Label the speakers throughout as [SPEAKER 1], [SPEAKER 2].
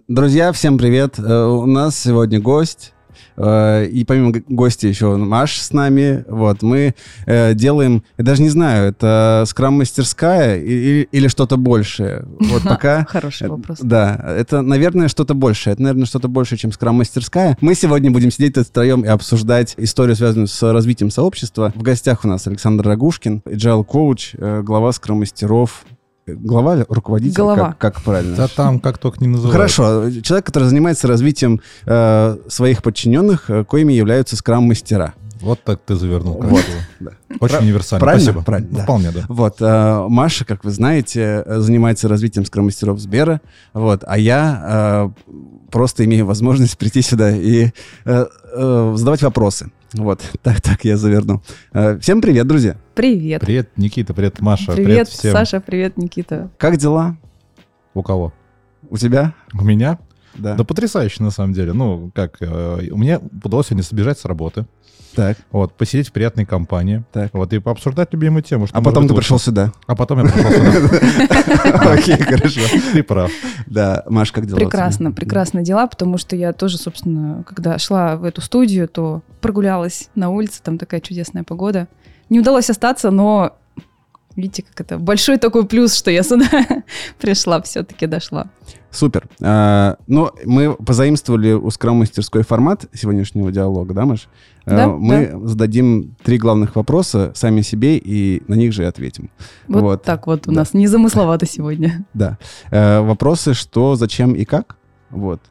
[SPEAKER 1] Друзья, всем привет. У нас сегодня гость. И помимо гостя еще Маша с нами. Вот, мы делаем, я даже не знаю, это скрам-мастерская или что-то большее. Вот пока...
[SPEAKER 2] Хороший вопрос.
[SPEAKER 1] Да, это, наверное, что-то большее. Это, наверное, что-то большее, чем скрам-мастерская. Мы сегодня будем сидеть втроем и обсуждать историю, связанную с развитием сообщества. В гостях у нас Александр Рогушкин, agile коуч, глава скрам-мастеров. Глава или руководитель?
[SPEAKER 2] Голова.
[SPEAKER 1] Как правильно?
[SPEAKER 3] Да там как только не называют.
[SPEAKER 1] Хорошо. Человек, который занимается развитием своих подчиненных, коими являются скрам-мастера.
[SPEAKER 3] Вот так ты завернул.
[SPEAKER 1] Вот. Да.
[SPEAKER 3] Очень универсально.
[SPEAKER 1] Правильно?
[SPEAKER 3] Спасибо.
[SPEAKER 1] Правильно, да.
[SPEAKER 3] Вполне, да.
[SPEAKER 1] Вот. Маша, как вы знаете, занимается развитием скрам-мастеров Сбера. Вот. А я просто имею возможность прийти сюда и задавать вопросы. Вот. Так я заверну. Всем привет, друзья.
[SPEAKER 2] Привет.
[SPEAKER 3] Привет, Никита. Привет, Маша.
[SPEAKER 2] Привет,
[SPEAKER 3] всем.
[SPEAKER 2] Саша. Привет, Никита.
[SPEAKER 1] Как дела?
[SPEAKER 3] У кого?
[SPEAKER 1] У тебя?
[SPEAKER 3] У меня?
[SPEAKER 1] Да.
[SPEAKER 3] Да потрясающе, на самом деле. Ну, как, мне удалось сегодня сбежать с работы.
[SPEAKER 1] Так.
[SPEAKER 3] Вот, посидеть в приятной компании.
[SPEAKER 1] Так.
[SPEAKER 3] Вот, и пообсуждать любимую тему.
[SPEAKER 1] А потом ты пришел сюда.
[SPEAKER 3] А потом я пришел сюда.
[SPEAKER 1] Окей, хорошо.
[SPEAKER 3] Ты прав.
[SPEAKER 1] Да, Маш, как дела?
[SPEAKER 2] Прекрасно дела, потому что я тоже, собственно, когда шла в эту студию, то прогулялась на улице, там такая чудесная погода. Не удалось остаться, но видите, как это большой такой плюс, что я сюда пришла, все-таки дошла.
[SPEAKER 1] Супер. Ну, мы позаимствовали у скрам-мастерской формат сегодняшнего диалога, да, Маш?
[SPEAKER 2] Да,
[SPEAKER 1] мы зададим 3 главных вопроса сами себе и на них же и ответим.
[SPEAKER 2] Вот так вот у нас незамысловато сегодня.
[SPEAKER 1] Да. Вопросы что, зачем и как. Вот.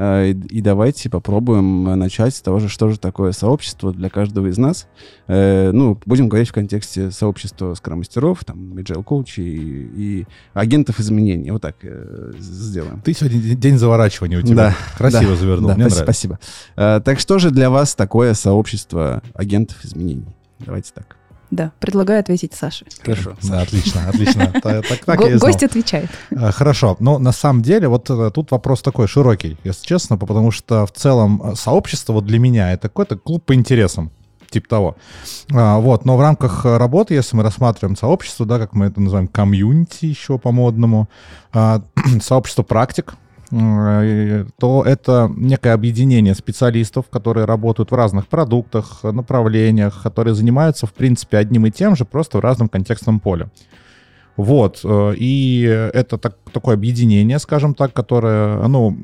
[SPEAKER 1] И давайте попробуем начать с того же, что же такое сообщество для каждого из нас. Ну, будем говорить в контексте сообщества скрам-мастеров, там, agile коучей и агентов изменений. Вот так сделаем.
[SPEAKER 3] Ты сегодня день заворачивания у тебя.
[SPEAKER 1] Да.
[SPEAKER 3] Красиво завернул, мне нравится.
[SPEAKER 1] Спасибо. Так что же для вас такое сообщество агентов изменений? Давайте так.
[SPEAKER 2] Да, предлагаю ответить Саше.
[SPEAKER 1] Хорошо.
[SPEAKER 3] Да, отлично. Так я и знал.
[SPEAKER 2] Гость отвечает.
[SPEAKER 3] Хорошо, но на самом деле вот тут вопрос такой широкий, если честно, потому что в целом сообщество вот для меня это какой-то клуб по интересам, типа того. Вот, но в рамках работы, если мы рассматриваем сообщество, да, как мы это называем, комьюнити еще по-модному, сообщество практик, то это некое объединение специалистов, которые работают в разных продуктах, направлениях, которые занимаются, в принципе, одним и тем же, просто в разном контекстном поле. Вот, и это такое объединение, скажем так, которое,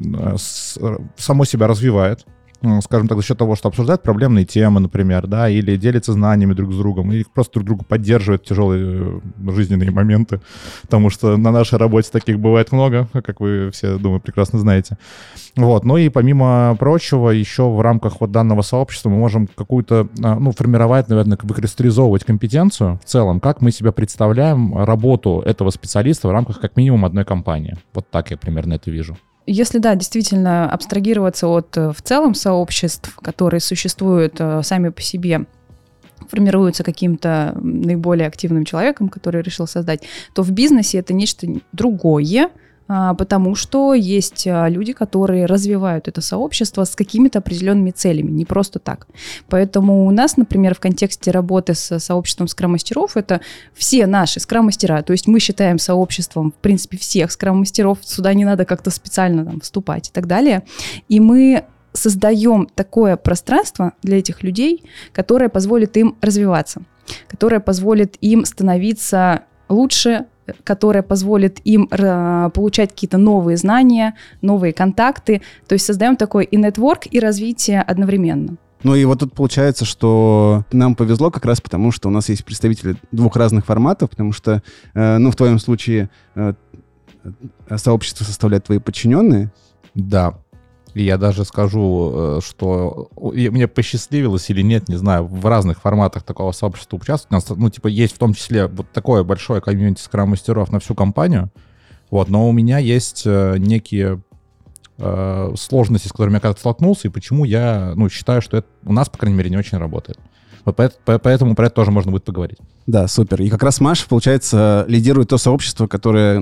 [SPEAKER 3] само себя развивает, скажем так, за счет того, что обсуждают проблемные темы, например, да, или делятся знаниями друг с другом, или просто друг друга поддерживают в тяжелые жизненные моменты, потому что на нашей работе таких бывает много, как вы все, думаю, прекрасно знаете. Вот, ну и помимо прочего, еще в рамках вот данного сообщества мы можем какую-то, формировать, наверное, выкристаллизовывать компетенцию в целом, как мы себя представляем работу этого специалиста в рамках как минимум одной компании. Вот так я примерно это вижу.
[SPEAKER 2] Если, да, действительно абстрагироваться от в целом сообществ, которые существуют сами по себе, формируются каким-то наиболее активным человеком, который решил создать, то в бизнесе это нечто другое, потому что есть люди, которые развивают это сообщество с какими-то определенными целями, не просто так. Поэтому у нас, например, в контексте работы с сообществом скрам-мастеров это все наши скрам-мастера, то есть мы считаем сообществом, в принципе, всех скрам-мастеров, сюда не надо как-то специально там вступать и так далее, и мы создаем такое пространство для этих людей, которое позволит им развиваться, которое позволит им становиться лучше, которая позволит им получать какие-то новые знания, новые контакты. То есть создаем такой и нетворк, и развитие одновременно.
[SPEAKER 1] Ну и вот тут получается, что нам повезло как раз потому, что у нас есть представители 2 разных форматов, потому что, в твоем случае сообщество составляют твои подчиненные.
[SPEAKER 3] Да. И я даже скажу, что мне посчастливилось или нет, не знаю, в разных форматах такого сообщества участвовать. У нас, есть в том числе вот такое большое комьюнити скрам-мастеров на всю компанию. Вот, но у меня есть некие сложности, с которыми я когда-то столкнулся, и почему я считаю, что это у нас, по крайней мере, не очень работает. Вот поэтому про это тоже можно будет поговорить.
[SPEAKER 1] Да, супер. И как раз Маша, получается, лидирует то сообщество, которое,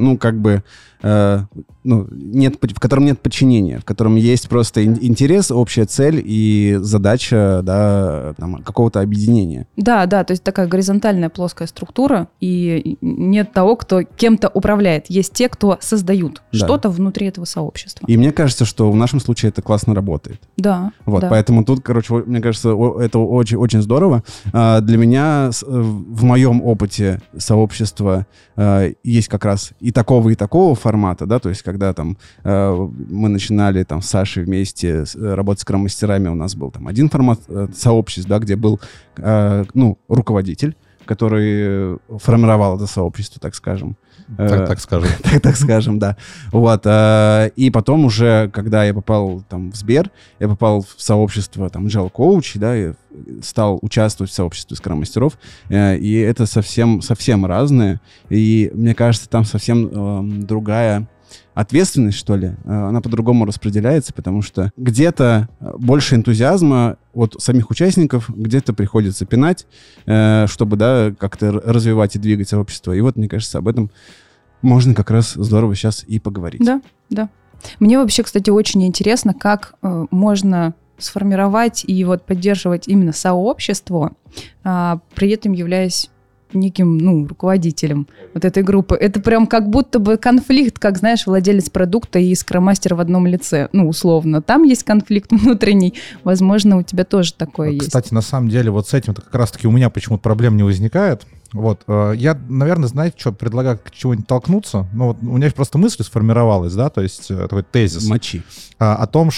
[SPEAKER 1] в котором нет подчинения, в котором есть просто интерес, общая цель и задача, да, там, какого-то объединения.
[SPEAKER 2] Да, то есть такая горизонтальная плоская структура, и нет того, кто кем-то управляет. Есть те, кто создают что-то внутри этого сообщества.
[SPEAKER 1] И мне кажется, что в нашем случае это классно работает.
[SPEAKER 2] Да.
[SPEAKER 1] Вот, поэтому тут, мне кажется, это очень здорово. Для меня в моем опыте сообщества есть как раз и такого формата, да, то есть когда там мы начинали там с Сашей вместе работать с скрам-мастерами, у нас был там один формат сообществ, да, где был, руководитель, который формировал это сообщество, так скажем.
[SPEAKER 3] Так скажем.
[SPEAKER 1] Так скажем, да. Вот. И потом уже, когда я попал там в Сбер, я попал в сообщество там Agile Coach, да, и стал участвовать в сообществе скрам-мастеров, и это совсем разное. И мне кажется, там совсем другая ответственность, что ли, она по-другому распределяется, потому что где-то больше энтузиазма от самих участников, где-то приходится пинать, чтобы, да, как-то развивать и двигать сообщество. И вот, мне кажется, об этом можно как раз здорово сейчас и поговорить.
[SPEAKER 2] Да. Мне вообще, кстати, очень интересно, как можно сформировать и вот поддерживать именно сообщество, при этом являясь неким, руководителем вот этой группы. Это прям как будто бы конфликт, как, знаешь, владелец продукта и скрам-мастер в одном лице. Условно. Там есть конфликт внутренний. Возможно, у тебя тоже такое есть.
[SPEAKER 3] Кстати, на самом деле, вот с этим-то как раз-таки у меня почему-то проблем не возникает. Вот. Я, наверное, знаете, что, предлагаю к чему-нибудь толкнуться. У меня просто мысль сформировалась, да, то есть такой тезис.
[SPEAKER 1] Мочи.
[SPEAKER 3] О том,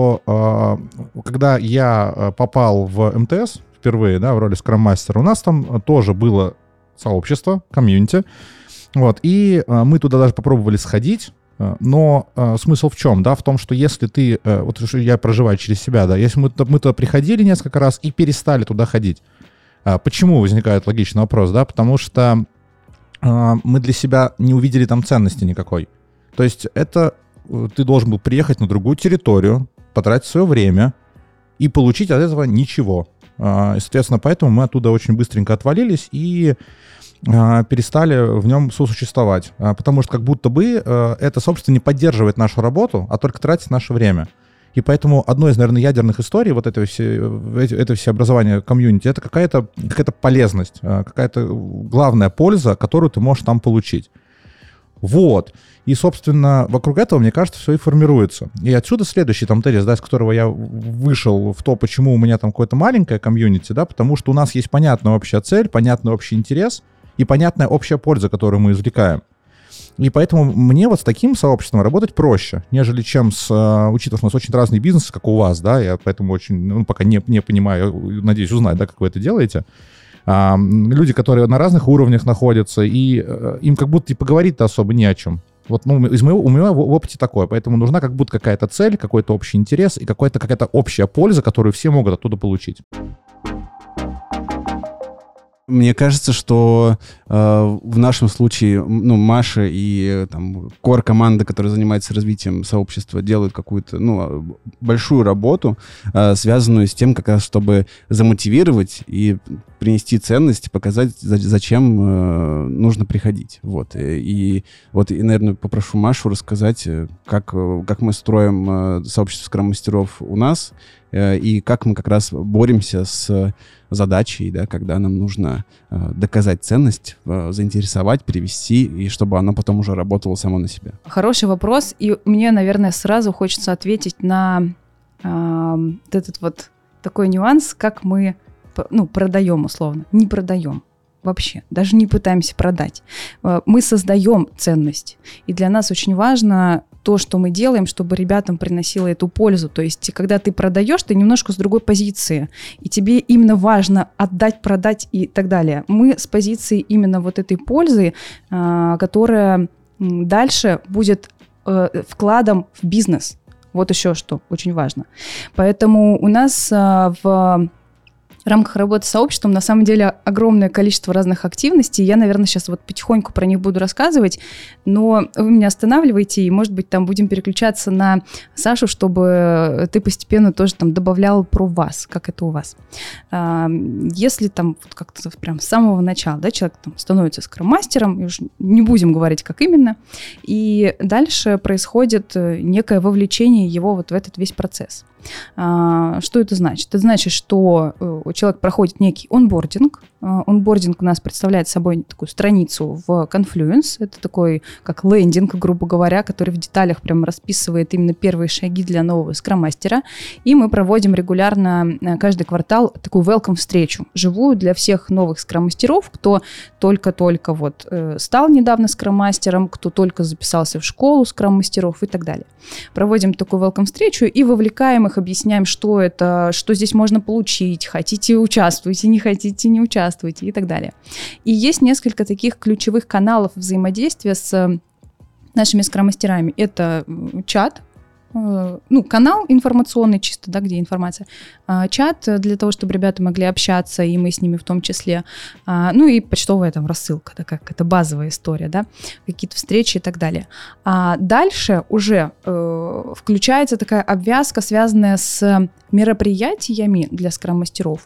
[SPEAKER 3] что когда я попал в МТС, впервые, да, в роли скрам-мастера, у нас там тоже было сообщество, комьюнити, вот, и мы туда даже попробовали сходить, но смысл в чем, да, в том, что если ты, вот я проживаю через себя, да, если мы туда приходили несколько раз и перестали туда ходить, почему возникает логичный вопрос, да, потому что мы для себя не увидели там ценности никакой, то есть это ты должен был приехать на другую территорию, потратить свое время и получить от этого ничего. И, соответственно, поэтому мы оттуда очень быстренько отвалились и перестали в нем сосуществовать. Потому что как будто бы это, собственно, не поддерживает нашу работу, а только тратит наше время. И поэтому одно из, наверное, ядерных историй вот это всеобразование комьюнити — это какая-то полезность, какая-то главная польза, которую ты можешь там получить. Вот. И, собственно, вокруг этого, мне кажется, все и формируется. И отсюда следующий там тезис, да, с которого я вышел в то, почему у меня там какое-то маленькое комьюнити, да, потому что у нас есть понятная общая цель, понятный общий интерес и понятная общая польза, которую мы извлекаем. И поэтому мне вот с таким сообществом работать проще, нежели чем учитывая, что у нас очень разный бизнес, как у вас, да, я поэтому очень, пока не понимаю, надеюсь узнать, да, как вы это делаете. Люди, которые на разных уровнях находятся, и им как будто и поговорить-то особо не о чем. Вот, у меня в опыте такое, поэтому нужна как будто какая-то цель, какой-то общий интерес и какая-то общая польза, которую все могут оттуда получить.
[SPEAKER 1] Мне кажется, что в нашем случае, Маша и там кор-команда, которая занимается развитием сообщества, делают какую-то, большую работу, связанную с тем, как раз, чтобы замотивировать и принести ценность, показать, зачем нужно приходить. Вот. И, наверное, попрошу Машу рассказать, как мы строим сообщество скрам-мастеров у нас, и как мы как раз боремся с задачей, да, когда нам нужно доказать ценность, заинтересовать, привести, и чтобы оно потом уже работало само на себя.
[SPEAKER 2] Хороший вопрос, и мне, наверное, сразу хочется ответить на этот вот такой нюанс, как мы продаем условно. Не продаем вообще, даже не пытаемся продать. Мы создаем ценность, и для нас очень важно то, что мы делаем, чтобы ребятам приносило эту пользу. То есть, когда ты продаешь, ты немножко с другой позиции, и тебе именно важно отдать, продать и так далее. Мы с позиции именно вот этой пользы, которая дальше будет вкладом в бизнес. Вот еще что очень важно. Поэтому у нас в В рамках работы с сообществом на самом деле огромное количество разных активностей. Я, наверное, сейчас вот потихоньку про них буду рассказывать, но вы меня останавливаете, и, может быть, там будем переключаться на Сашу, чтобы ты постепенно тоже там добавлял про вас, как это у вас. Если там вот как-то прям с самого начала, да, человек там становится скрам-мастером, и уж не будем говорить, как именно, и дальше происходит некое вовлечение его вот в этот весь процесс. Что это значит? Это значит, что человек проходит некий онбординг. Онбординг у нас представляет собой такую страницу в Confluence. Это такой, как лендинг, грубо говоря, который в деталях прям расписывает именно первые шаги для нового скрам-мастера. И мы проводим регулярно каждый квартал такую welcome-встречу, живую для всех новых скрам-мастеров, кто только-только вот стал недавно скрам-мастером, кто только записался в школу скрам-мастеров и так далее. Проводим такую welcome-встречу и вовлекаем их, объясняем, что это, что здесь можно получить, хотите участвуйте, не хотите не участвуйте и так далее. И есть несколько таких ключевых каналов взаимодействия с нашими скрам-мастерами. Это чат, канал информационный чисто, да, где информация, чат для того, чтобы ребята могли общаться, и мы с ними в том числе, и почтовая там рассылка, да, как это базовая история, да, какие-то встречи и так далее. А дальше уже включается такая обвязка, связанная с мероприятиями для скрам-мастеров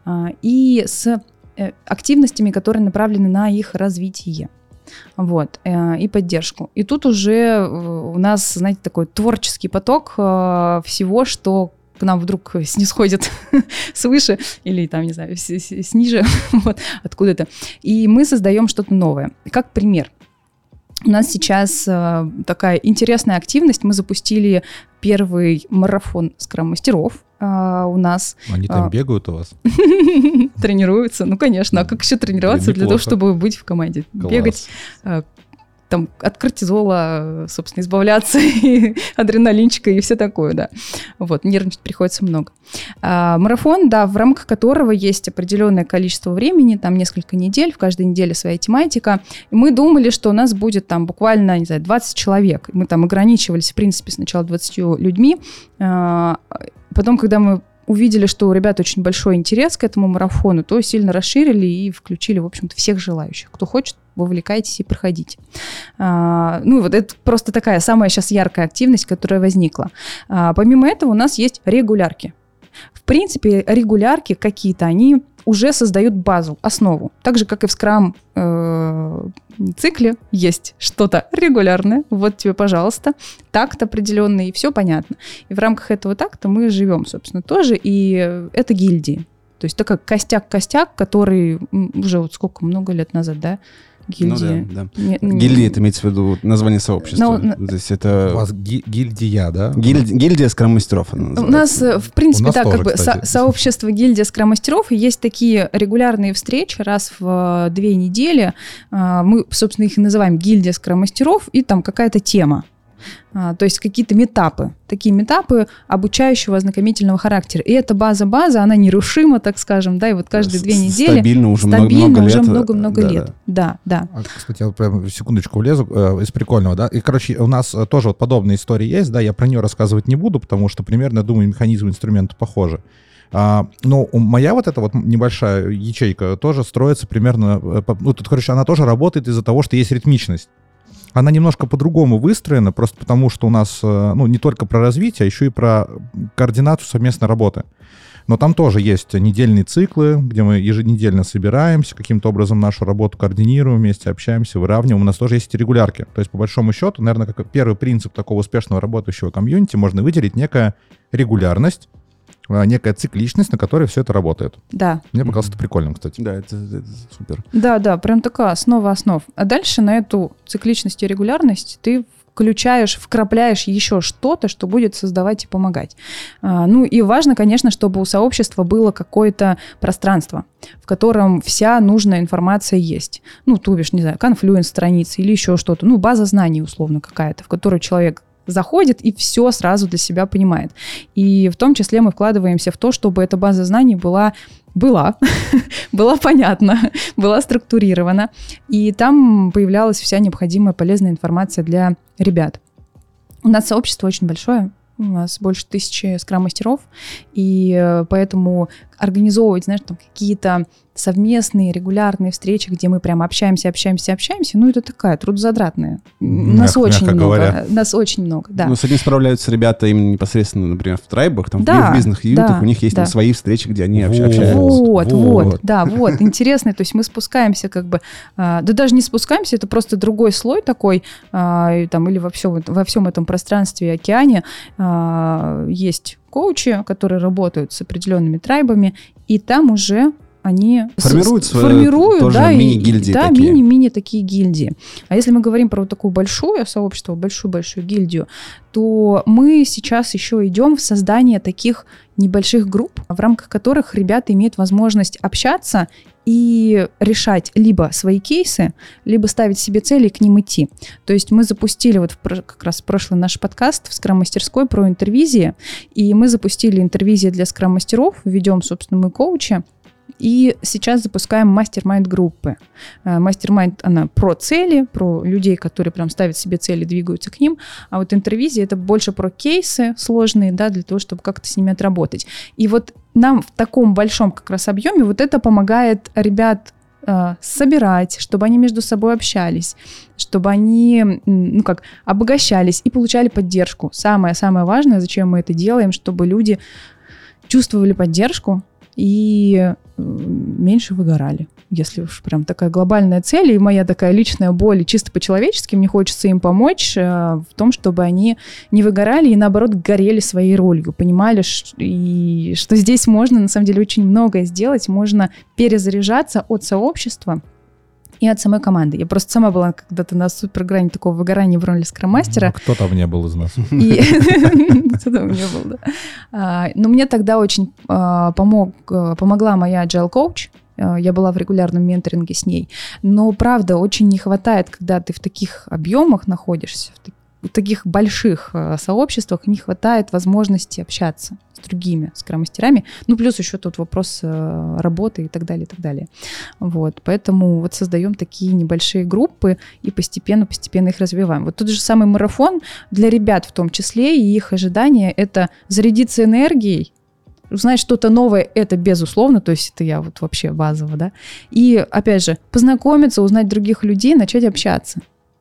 [SPEAKER 2] и с активностями, которые направлены на их развитие. Вот, и поддержку. И тут уже у нас, знаете, такой творческий поток всего, что к нам вдруг снисходит свыше или там, не знаю, сниже, вот, откуда-то. И мы создаем что-то новое. Как пример. У нас сейчас такая интересная активность. Мы запустили первый марафон скрам-мастеров у нас.
[SPEAKER 3] Они там бегают у вас?
[SPEAKER 2] Тренируются. Ну, конечно. А как еще тренироваться для того, чтобы быть в команде? Бегать, там, от кортизола, собственно, избавляться, и адреналинчика и все такое, да. Вот, нервничать приходится много. Марафон, да, в рамках которого есть определенное количество времени, там несколько недель, в каждой неделе своя тематика. И мы думали, что у нас будет там буквально, не знаю, 20 человек. Мы там ограничивались, в принципе, сначала 20 людьми. Потом, когда мы увидели, что у ребят очень большой интерес к этому марафону, то сильно расширили и включили, в общем-то, всех желающих. Кто хочет, вовлекайтесь и проходите. Вот это просто такая самая сейчас яркая активность, которая возникла. Помимо этого у нас есть регулярки. В принципе, регулярки какие-то, они уже создают базу, основу. Так же, как и в скрам-цикле есть что-то регулярное. Вот тебе, пожалуйста, такт определенный, и все понятно. И в рамках этого такта мы живем, собственно, тоже. И это гильдии. То есть такой костяк-костяк, который уже вот сколько, много лет назад, да, гильдия.
[SPEAKER 1] Ну да. Гильдия, это имеется в виду название сообщества. То есть это...
[SPEAKER 3] У вас гильдия, да?
[SPEAKER 1] Гильдия скрам-мастеров.
[SPEAKER 2] У нас, в принципе, так тоже, как бы сообщество гильдия скрам-мастеров, и есть такие регулярные встречи раз в 2 недели. Мы, собственно, их и называем гильдия скрам-мастеров, и там какая-то тема. То есть какие-то метапы, такие метапы обучающего, ознакомительного характера. И эта база, она нерушима, так скажем, да, и вот каждые 2 недели...
[SPEAKER 1] Стабильно уже много
[SPEAKER 2] лет. Да.
[SPEAKER 3] Кстати, я прям секундочку влезу из прикольного, да, и, короче, у нас тоже вот подобная история есть, да, я про нее рассказывать не буду, потому что примерно, думаю, механизм инструмента похожи. Но моя вот эта вот небольшая ячейка тоже строится примерно... она тоже работает из-за того, что есть ритмичность. Она немножко по-другому выстроена, просто потому что у нас не только про развитие, а еще и про координацию совместной работы. Но там тоже есть недельные циклы, где мы еженедельно собираемся, каким-то образом нашу работу координируем вместе, общаемся, выравниваем. У нас тоже есть регулярки. То есть, по большому счету, наверное, как первый принцип такого успешного работающего комьюнити, можно выделить некая регулярность, некая цикличность, на которой все это работает.
[SPEAKER 2] Да.
[SPEAKER 3] Мне показалось это прикольным, кстати.
[SPEAKER 1] Да, это супер.
[SPEAKER 2] Да, прям такая основа основ. А дальше на эту цикличность и регулярность ты вкрапляешь еще что-то, что будет создавать и помогать. И важно, конечно, чтобы у сообщества было какое-то пространство, в котором вся нужная информация есть. То бишь, не знаю, Confluence страницы или еще что-то. база знаний условно какая-то, в которую человек заходит и все сразу для себя понимает. И в том числе мы вкладываемся в то, чтобы эта база знаний была понятна, была структурирована. И там появлялась вся необходимая полезная информация для ребят. У нас сообщество очень большое. У нас больше 1000 скрам-мастеров, и поэтому организовывать, знаешь, там какие-то совместные регулярные встречи, где мы прям общаемся, ну, это такая трудозатратная. Нас очень много. Нас очень много, да.
[SPEAKER 1] Но с этим справляются ребята именно непосредственно, например, в трайбах, там, в бизнес-юнитах, у них есть свои встречи, где они общаются.
[SPEAKER 2] Вот. Интересно, то есть мы спускаемся как бы, да даже не спускаемся, это просто другой слой такой, там, или во всем этом пространстве и океане есть коучи, которые работают с определенными трайбами, и там уже они формируют
[SPEAKER 1] тоже мини-гильдии
[SPEAKER 2] да, мини-мини такие гильдии. А если мы говорим про вот такое большое сообщество, большую-большую гильдию, то мы сейчас еще идем в создание таких небольших групп, в рамках которых ребята имеют возможность общаться и решать либо свои кейсы, либо ставить себе цели и к ним идти. То есть мы запустили вот как раз прошлый наш подкаст в Скрам-мастерской про интервизии, и мы запустили интервизии для скрам-мастеров, ведем, собственно, мы коучи, и сейчас запускаем мастер-майнд-группы. Мастер-майнд, она про цели, про людей, которые прям ставят себе цели, двигаются к ним. А вот интервизия — это больше про кейсы сложные, да, для того, чтобы как-то с ними отработать. И вот нам в таком большом как раз объеме вот это помогает ребят собирать, чтобы они между собой общались, чтобы они, обогащались и получали поддержку. Самое важное, зачем мы это делаем, чтобы люди чувствовали поддержку и меньше выгорали. Если уж прям такая глобальная цель, и моя такая личная боль, и чисто по-человечески мне хочется им помочь в том, чтобы они не выгорали и, наоборот, горели своей ролью, понимали, что здесь можно, на самом деле, очень многое сделать, можно перезаряжаться от сообщества и от самой команды. Я просто сама была когда-то на суперграни такого выгорания в роли скрам-мастера.
[SPEAKER 3] Кто там не был из нас?
[SPEAKER 2] Кто там не был, да. Но мне тогда очень помогла моя agile coach. Я была в регулярном менторинге с ней. Но, правда, очень не хватает, когда ты в таких объемах находишься, в таких больших сообществах, не хватает возможности общаться с другими скрам-мастерами. Ну, плюс еще тут вопрос работы и так далее, и так далее. Вот, поэтому вот создаем такие небольшие группы и постепенно их развиваем. Вот тот же самый марафон для ребят в том числе, и их ожидания — это зарядиться энергией, узнать что-то новое, это безусловно, то есть это я вот вообще базово, да. И, опять же, познакомиться, узнать других людей, начать общаться.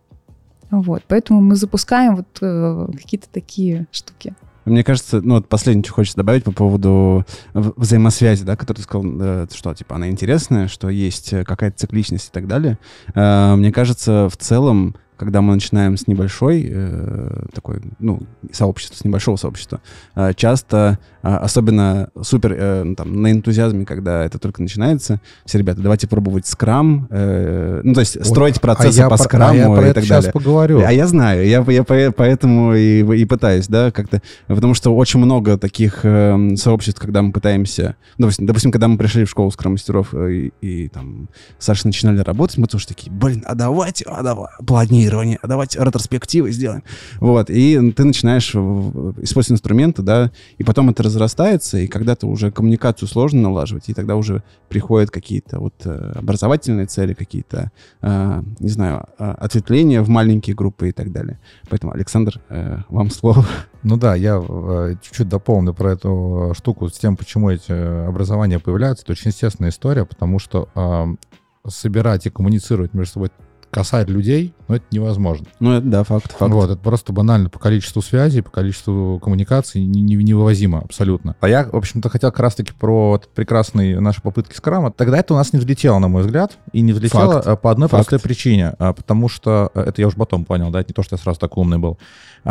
[SPEAKER 2] Вот, поэтому мы запускаем вот какие-то такие штуки.
[SPEAKER 1] Мне кажется, последнее, что хочется добавить по поводу взаимосвязи, да, которую ты сказал, что, типа, она интересная, что есть какая-то цикличность и так далее. Мне кажется, в целом, когда мы начинаем с небольшой такой, сообщества, с небольшого сообщества, часто, особенно супер на энтузиазме, когда это только начинается, все ребята, давайте пробовать скрам, то есть строить процессы по скраму и так далее.
[SPEAKER 3] Сейчас поговорю.
[SPEAKER 1] А я знаю, я поэтому и пытаюсь, да, как-то, потому что очень много таких сообществ, когда мы пытаемся, допустим, когда мы пришли в школу скрам-мастеров и там Саша начинали работать, мы тоже такие, а давайте планирование, а давайте ретроспективы сделаем. Вот, и ты начинаешь использовать инструменты, да, и потом это разрастается, и когда-то уже коммуникацию сложно налаживать, и тогда уже приходят какие-то вот образовательные цели, какие-то, не знаю, ответвления в маленькие группы и так далее. Поэтому, Александр, вам слово.
[SPEAKER 3] Ну да, я чуть-чуть дополню про эту штуку с тем, почему эти образования появляются. Это очень естественная история, потому что собирать и коммуницировать между собой касать людей, это невозможно.
[SPEAKER 1] Это да, факт.
[SPEAKER 3] Вот, это просто банально по количеству связей, по количеству коммуникаций невывозимо абсолютно. А я, в общем-то, хотел как раз-таки про прекрасные наши попытки скрама. Тогда это у нас не взлетело, на мой взгляд, и не взлетело по одной простой причине, потому что, это я уже потом понял, да, это не то, что я сразу так умный был,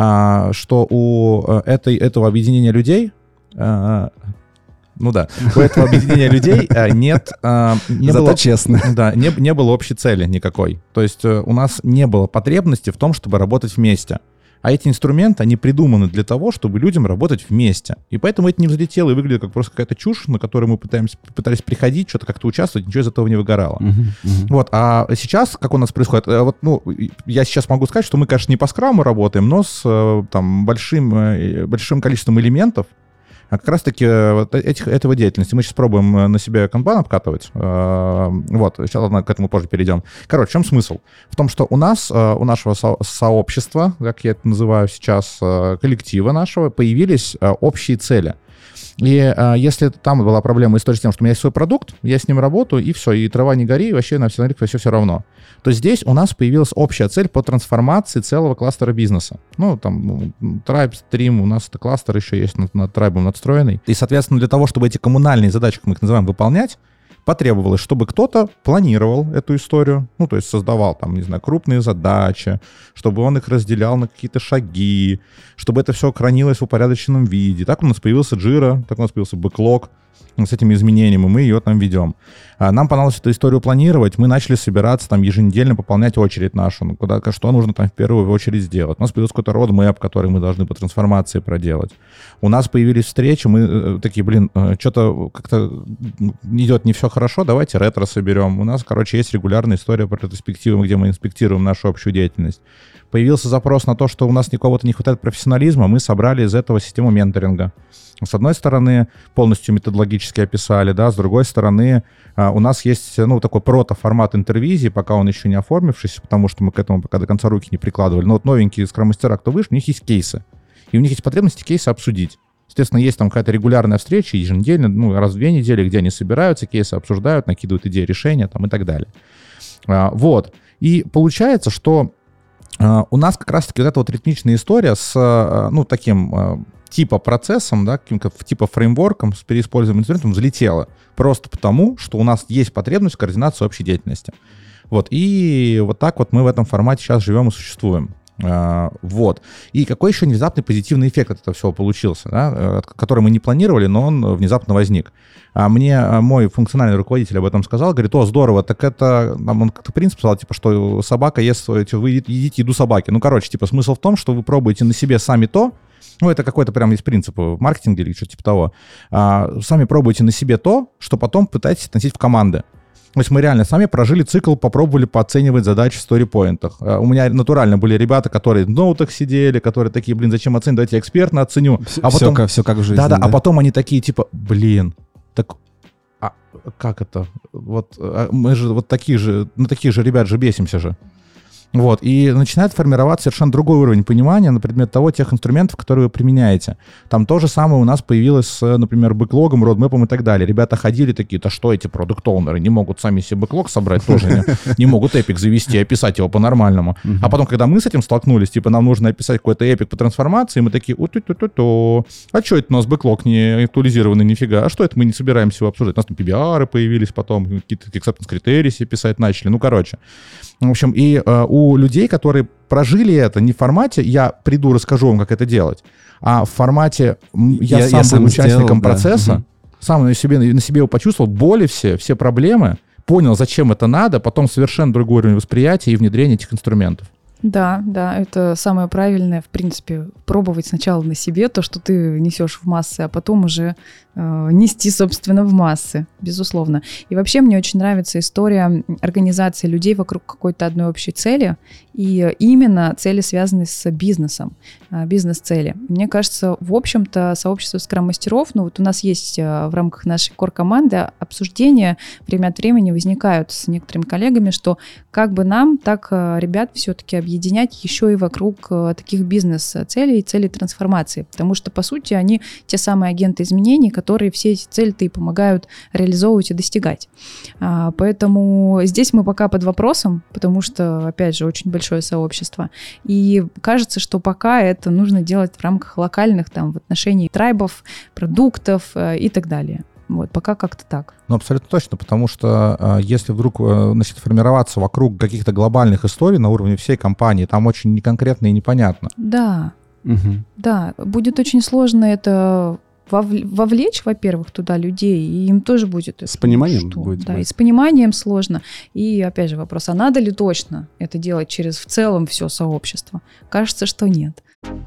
[SPEAKER 3] что у этого объединения людей... у этого объединения людей не было общей цели никакой. То есть у нас не было потребности в том, чтобы работать вместе. А эти инструменты, они придуманы для того, чтобы людям работать вместе. И поэтому это не взлетело и выглядит как просто какая-то чушь, на которую мы пытались приходить, что-то как-то участвовать, ничего из этого не выгорало. Вот, а сейчас, как у нас происходит, я сейчас могу сказать, что мы, конечно, не по скраму работаем, но с большим количеством элементов, а как раз-таки этого деятельности. Мы сейчас пробуем на себе канбан обкатывать. Вот, сейчас, ладно, к этому позже перейдем. Короче, в чем смысл? В том, что у нашего сообщества, как я это называю сейчас, коллектива нашего, появились общие цели. И если там была проблема история с тем, что у меня есть свой продукт, я с ним работаю, и все, и трава не гори, и вообще на все равно, то здесь у нас появилась общая цель по трансформации целого кластера бизнеса. Ну, там, Tribe, Stream, у нас это кластер еще есть над Tribe надстроенный. И, соответственно, для того, чтобы эти коммунальные задачи, как мы их называем, выполнять, потребовалось, чтобы кто-то планировал эту историю, ну, то есть создавал там, не знаю, крупные задачи, чтобы он их разделял на какие-то шаги, чтобы это все хранилось в упорядоченном виде. Так у нас появился Jira, так у нас появился бэклог с этими изменениями, мы ее там ведем. Нам понравилось эту историю планировать, мы начали собираться там еженедельно, пополнять очередь нашу, ну, что нужно там в первую очередь сделать. У нас появился какой-то roadmap, который мы должны по трансформации проделать. У нас появились встречи, мы такие, что-то как-то идет не все хорошо, давайте ретро соберем. У нас, короче, есть регулярная история про ретроспективу, где мы инспектируем нашу общую деятельность. Появился запрос на то, что у нас никого-то не хватает профессионализма, мы собрали из этого систему менторинга. С одной стороны, полностью методологически описали, да, с другой стороны, у нас есть, такой прото-формат интервизии, пока он еще не оформившийся, потому что мы к этому пока до конца руки не прикладывали. Но вот новенькие скрам-мастера, кто вышли, у них есть кейсы. И у них есть потребность кейсы обсудить. Естественно, есть там какая-то регулярная встреча, еженедельно, раз в 2 недели, где они собираются, кейсы обсуждают, накидывают идеи решения там, и так далее. Вот. И получается, что у нас как раз-таки вот эта вот ритмичная история с, таким типа процессом, да, каким-то типа фреймворком с переиспользованием инструментом взлетела. Просто потому, что у нас есть потребность в координации общей деятельности. Вот. И вот так вот мы в этом формате сейчас живем и существуем. Вот. И какой еще внезапный позитивный эффект от этого всего получился, да, который мы не планировали, но он внезапно возник. Мне мой функциональный руководитель об этом сказал, говорит, здорово, так это, он как-то принцип сказал, типа, что собака ест, вы едите еду собаки. Смысл в том, что вы пробуете на себе сами то, это какой-то прям есть принцип в маркетинге или что-то типа того, сами пробуете на себе то, что потом пытаетесь относить в команды. То есть мы реально сами прожили цикл, попробовали пооценивать задачи в сторипоинтах. У меня натурально были ребята, которые в ноутах сидели, которые такие, блин, зачем оценивать, давайте я экспертно оценю. А потом,
[SPEAKER 1] все как в жизни.
[SPEAKER 3] Да, а потом они такие, типа, так как это? Вот мы же вот таких же ребят же бесимся же. Вот, и начинает формироваться совершенно другой уровень понимания на предмет того, тех инструментов, которые вы применяете. Там то же самое у нас появилось с, например, бэклогом, родмэпом и так далее. Ребята ходили такие, да что эти продукт-оунеры не могут сами себе бэклог собрать, тоже не могут эпик завести, описать его по-нормальному. А потом, когда мы с этим столкнулись, типа нам нужно описать какой-то эпик по трансформации, мы такие, а что это у нас бэклог не актуализированный нифига, а что это мы не собираемся его обсуждать? У нас там PBR появились потом, какие-то acceptance-критерии себе писать начали, В общем, и у людей, которые прожили это не в формате «я приду, расскажу вам, как это делать», а в формате «я сам был участником процесса», сам на себе его почувствовал, боли все проблемы, понял, зачем это надо, потом совершенно другой уровень восприятия и внедрения этих инструментов.
[SPEAKER 2] Да, это самое правильное, в принципе, пробовать сначала на себе то, что ты несешь в массы, а потом уже нести, собственно, в массы, безусловно. И вообще мне очень нравится история организации людей вокруг какой-то одной общей цели, и именно цели, связанные с бизнесом, бизнес-цели. Мне кажется, в общем-то, сообщество скрам-мастеров, у нас есть в рамках нашей кор-команды обсуждения, время от времени возникают с некоторыми коллегами, что как бы нам, так ребят все-таки объединять еще и вокруг таких бизнес-целей и целей трансформации, потому что, по сути, они те самые агенты изменений, которые все эти цели-то и помогают реализовывать и достигать. Поэтому здесь мы пока под вопросом, потому что, опять же, очень большое сообщество. И кажется, что пока это нужно делать в рамках локальных, в отношении трайбов, продуктов и так далее. Вот, пока как-то так.
[SPEAKER 3] Абсолютно точно, потому что если вдруг начнет формироваться вокруг каких-то глобальных историй на уровне всей компании, там очень неконкретно и непонятно.
[SPEAKER 2] Да, да, будет очень сложно это вовлечь, во-первых, туда людей, и им тоже будет...
[SPEAKER 1] С пониманием будет.
[SPEAKER 2] Да, и с пониманием сложно. И, опять же, вопрос, а надо ли точно это делать через в целом все сообщество? Кажется, что нет.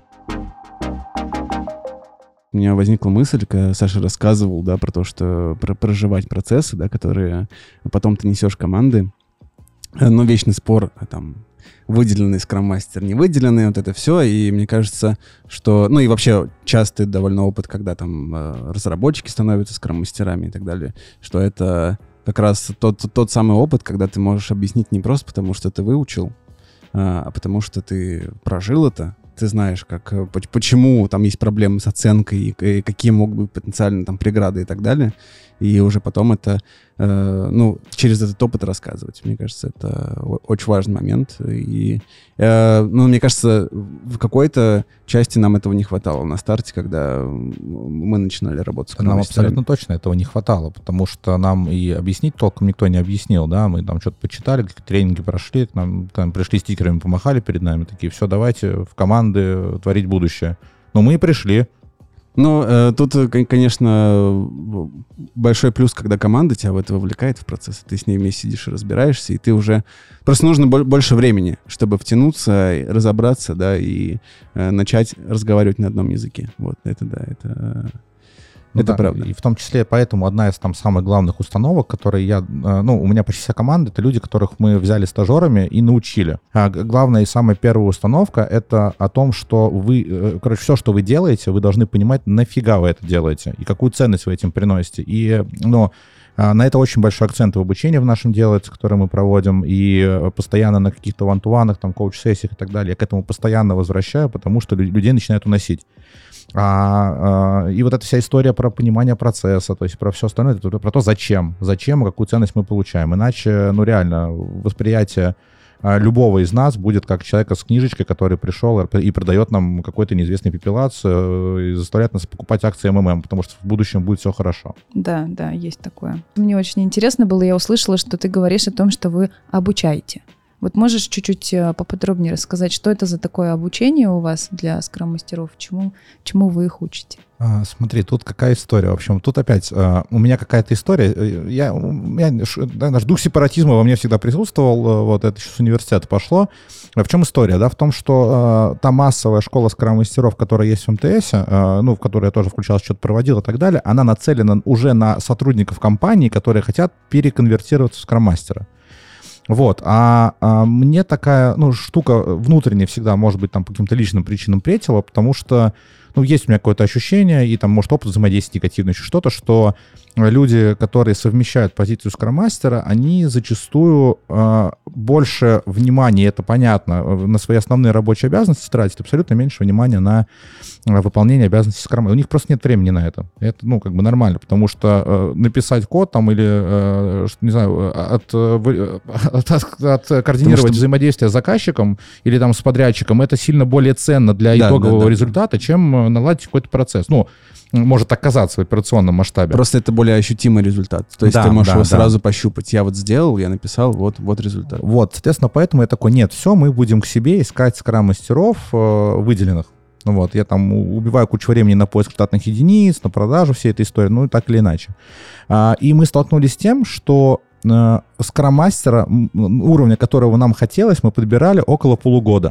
[SPEAKER 1] У меня возникла мысль, когда Саша рассказывал, про то, что проживать процессы, которые потом ты несешь команды. Но вечный спор, выделенный скрам-мастер, не выделенный, вот это все. И мне кажется, что... и вообще частый довольно опыт, когда разработчики становятся скрам-мастерами и так далее, что это как раз тот самый опыт, когда ты можешь объяснить не просто потому, что ты выучил, а потому что ты прожил это, ты знаешь, почему там есть проблемы с оценкой, и какие могут быть потенциально там преграды и так далее. И уже потом это, через этот опыт рассказывать. Мне кажется, это очень важный момент. И, мне кажется, в какой-то части нам этого не хватало на старте, когда мы начинали работать с
[SPEAKER 3] Нам абсолютно точно этого не хватало, потому что нам и объяснить толком никто не объяснил, да, мы там что-то почитали, какие-то тренинги прошли, к нам пришли стикерами, помахали перед нами, такие, все, давайте в команды творить будущее. Но мы и пришли.
[SPEAKER 1] Тут, конечно, большой плюс, когда команда тебя в это вовлекает в процесс. Ты с ней вместе сидишь и разбираешься, и ты уже... Просто нужно больше времени, чтобы втянуться, разобраться, да, и начать разговаривать на одном языке. Вот, это правда.
[SPEAKER 3] И в том числе поэтому одна из там самых главных установок, которые у меня почти вся команда, это люди, которых мы взяли стажерами и научили. А главная и самая первая установка — это о том, что вы, все, что вы делаете, вы должны понимать, нафига вы это делаете и какую ценность вы этим приносите. И, на это очень большой акцент в обучении в нашем делается, которое мы проводим, и постоянно на каких-то ван-ту-ванах, там, коуч-сессиях и так далее. Я к этому постоянно возвращаю, потому что людей начинают уносить. И вот эта вся история про понимание процесса, то есть про все остальное, это про то, зачем и какую ценность мы получаем. Иначе, реально, восприятие любого из нас будет как человека с книжечкой, который пришел и продает нам какой-то неизвестный пепелац и заставляет нас покупать акции МММ, потому что в будущем будет все хорошо.
[SPEAKER 2] Да, есть такое. Мне очень интересно было, я услышала, что ты говоришь о том, что вы обучаете. Вот можешь чуть-чуть поподробнее рассказать, что это за такое обучение у вас для скрам-мастеров, чему вы их учите?
[SPEAKER 3] Смотри, тут какая история. В общем, тут опять у меня какая-то история. Наш дух сепаратизма во мне всегда присутствовал. Вот это еще с университета пошло. В чем история? Да? В том, что та массовая школа скрам-мастеров, которая есть в МТС, в которой я тоже включался, что-то проводил и так далее, она нацелена уже на сотрудников компании, которые хотят переконвертироваться в скрам-мастера. Вот, мне такая, штука внутренне всегда, может быть, там по каким-то личным причинам претила, потому что, есть у меня какое-то ощущение, и там, может, опыт взаимодействия негативный, еще что-то, что люди, которые совмещают позицию скрам-мастера, они зачастую больше внимания, это понятно, на свои основные рабочие обязанности тратят, абсолютно меньше внимания на выполнение обязанностей скрам-мастера. У них просто нет времени на это. Это, нормально, потому что написать код там или, не знаю, координировать взаимодействие с заказчиком или там с подрядчиком, это сильно более ценно для итогового результата, чем наладить какой-то процесс. Может так казаться в операционном масштабе.
[SPEAKER 1] Просто это более ощутимый результат. То есть ты можешь его сразу пощупать. Я вот сделал, я написал, вот результат.
[SPEAKER 3] Вот, соответственно, поэтому я такой, нет, все, мы будем к себе искать скрам-мастеров выделенных. Я там убиваю кучу времени на поиск штатных единиц, на продажу всей этой истории, так или иначе. И мы столкнулись с тем, что скрам-мастера, уровня которого нам хотелось, мы подбирали около полугода.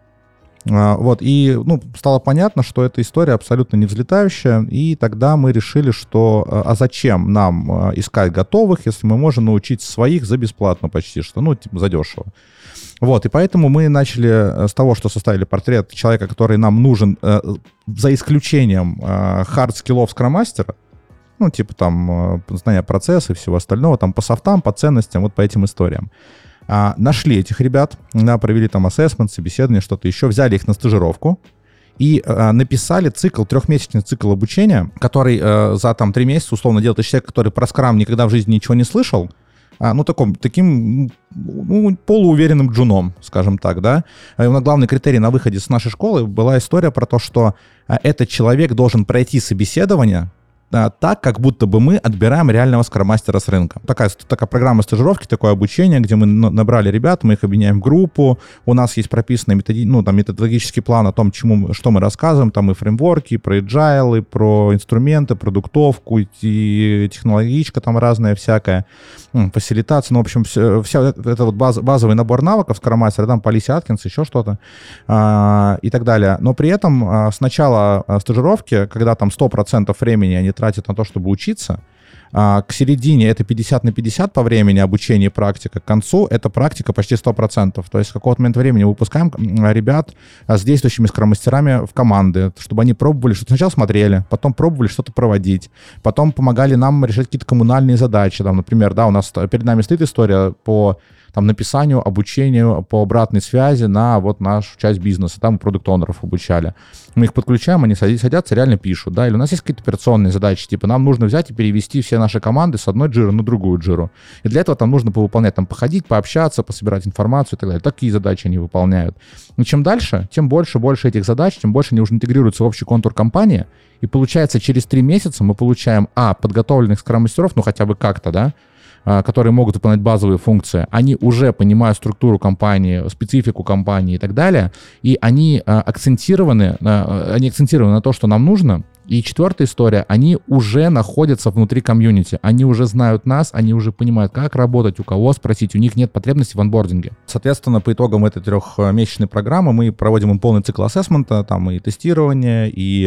[SPEAKER 3] И стало понятно, что эта история абсолютно не взлетающая, и тогда мы решили, что зачем нам искать готовых, если мы можем научить своих за бесплатно почти что, задешево. И поэтому мы начали с того, что составили портрет человека, который нам нужен за исключением хард-скиллов скрам-мастера, знания процесса и всего остального, там по софтам, по ценностям, по этим историям. Нашли этих ребят, провели там ассессмент, собеседование, что-то еще, взяли их на стажировку и написали трехмесячный цикл обучения, который за 3 месяца условно делает человек, который про скрам никогда в жизни ничего не слышал, таким полууверенным джуном, скажем так, да. И главный критерий на выходе с нашей школы была история про то, что этот человек должен пройти собеседование так, как будто бы мы отбираем реального скрам-мастера с рынка. Такая программа стажировки, такое обучение, где мы набрали ребят, мы их объединяем в группу, у нас есть прописанный методологический план о том, что мы рассказываем, там и фреймворки, и про agile, и про инструменты, продуктовку, и технологичка там разная всякая, фасилитация, в общем, вся это базовый набор навыков скрам-мастера, там Полиси Аткинс, еще что-то и так далее. Но при этом с начала стажировки, когда там 100% времени они тратят на то, чтобы учиться, к середине это 50 на 50 по времени обучения и практика, к концу это практика почти 100%. То есть в какой-то момент времени выпускаем ребят с действующими скрам-мастерами в команды, чтобы они пробовали, что-то сначала смотрели, потом пробовали что-то проводить, потом помогали нам решать какие-то коммунальные задачи. Там, например, у нас перед нами стоит история по там, написанию, обучению по обратной связи на вот нашу часть бизнеса. Там продукт-онеров обучали. Мы их подключаем, они садятся, реально пишут, да, или у нас есть какие-то операционные задачи, типа нам нужно взять и перевести все наши команды с одной джиры на другую джиру. И для этого там нужно повыполнять, там, походить, пообщаться, пособирать информацию и так далее. Такие задачи они выполняют. И чем дальше, тем больше этих задач, тем больше они уже интегрируются в общий контур компании. И получается, через 3 месяца мы получаем, подготовленных скрам-мастеров, ну хотя бы как-то, да, которые могут выполнять базовые функции, они уже понимают структуру компании, специфику компании и так далее, и они акцентированы на то, что нам нужно. И 4-я история, они уже находятся внутри комьюнити, они уже знают нас, они уже понимают, как работать, у кого спросить, у них нет потребности в онбординге. Соответственно, по итогам этой 3-месячной программы мы проводим им полный цикл ассессмента, там и тестирование, и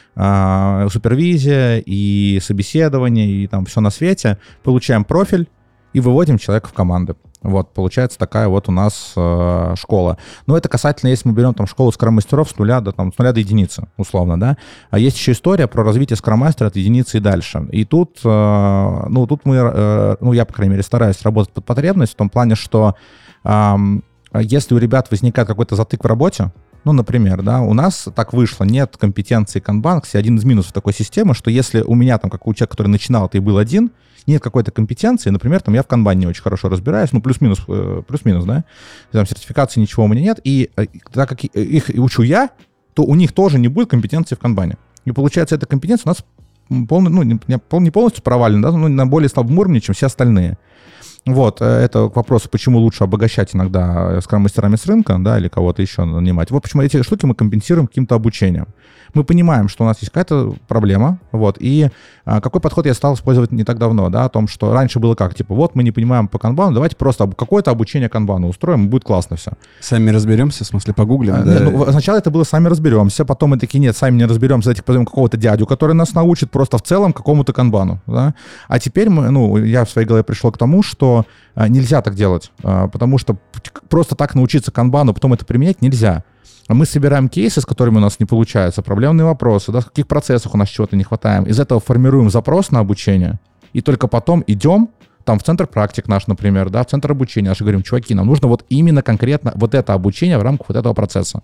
[SPEAKER 3] супервизия, и собеседование, и там все на свете. Получаем профиль и выводим человека в команды. Вот, получается такая вот у нас школа. Но это касательно, если мы берем там школу скрам-мастеров с нуля до единицы, условно, да. А есть еще история про развитие скрам-мастера от единицы и дальше. И тут, я, по крайней мере, стараюсь работать под потребность в том плане, что если у ребят возникает какой-то затык в работе, ну, например, да, у нас так вышло, нет компетенции Kanban, один из минусов такой системы, что если у меня там, как у человека, который начинал, ты был один, нет какой-то компетенции, например, там я в Kanban не очень хорошо разбираюсь, ну, плюс-минус, да, там сертификации ничего у меня нет, и так как их учу я, то у них тоже не будет компетенции в Kanban. И получается, эта компетенция у нас не полностью провалена, да, но на более слабом уровне, чем все остальные. Вот, это к вопросу, почему лучше обогащать иногда скрам-мастерами с рынка, да, или кого-то еще нанимать. Вот почему эти штуки мы компенсируем каким-то обучением. Мы понимаем, что у нас есть какая-то проблема, вот, и какой подход я стал использовать не так давно, да, о том, что раньше было как, типа, вот мы не понимаем по канбану, давайте просто какое-то обучение канбану устроим, и будет классно все.
[SPEAKER 1] Сами разберемся, в смысле, погуглим, да?
[SPEAKER 3] Нет, сначала это было сами разберемся, потом мы такие, нет, сами не разберемся, давайте позовем какого-то дядю, который нас научит просто в целом какому-то канбану, да. А теперь я в своей голове пришел к тому, что нельзя так делать, потому что просто так научиться канбану, потом это применять нельзя. Мы собираем кейсы, с которыми у нас не получается, проблемные вопросы, да, в каких процессах у нас чего-то не хватает. Из этого формируем запрос на обучение, и только потом идем там в центр практик наш, например, да, в центр обучения наш, и говорим, чуваки, нам нужно вот именно конкретно вот это обучение в рамках вот этого процесса.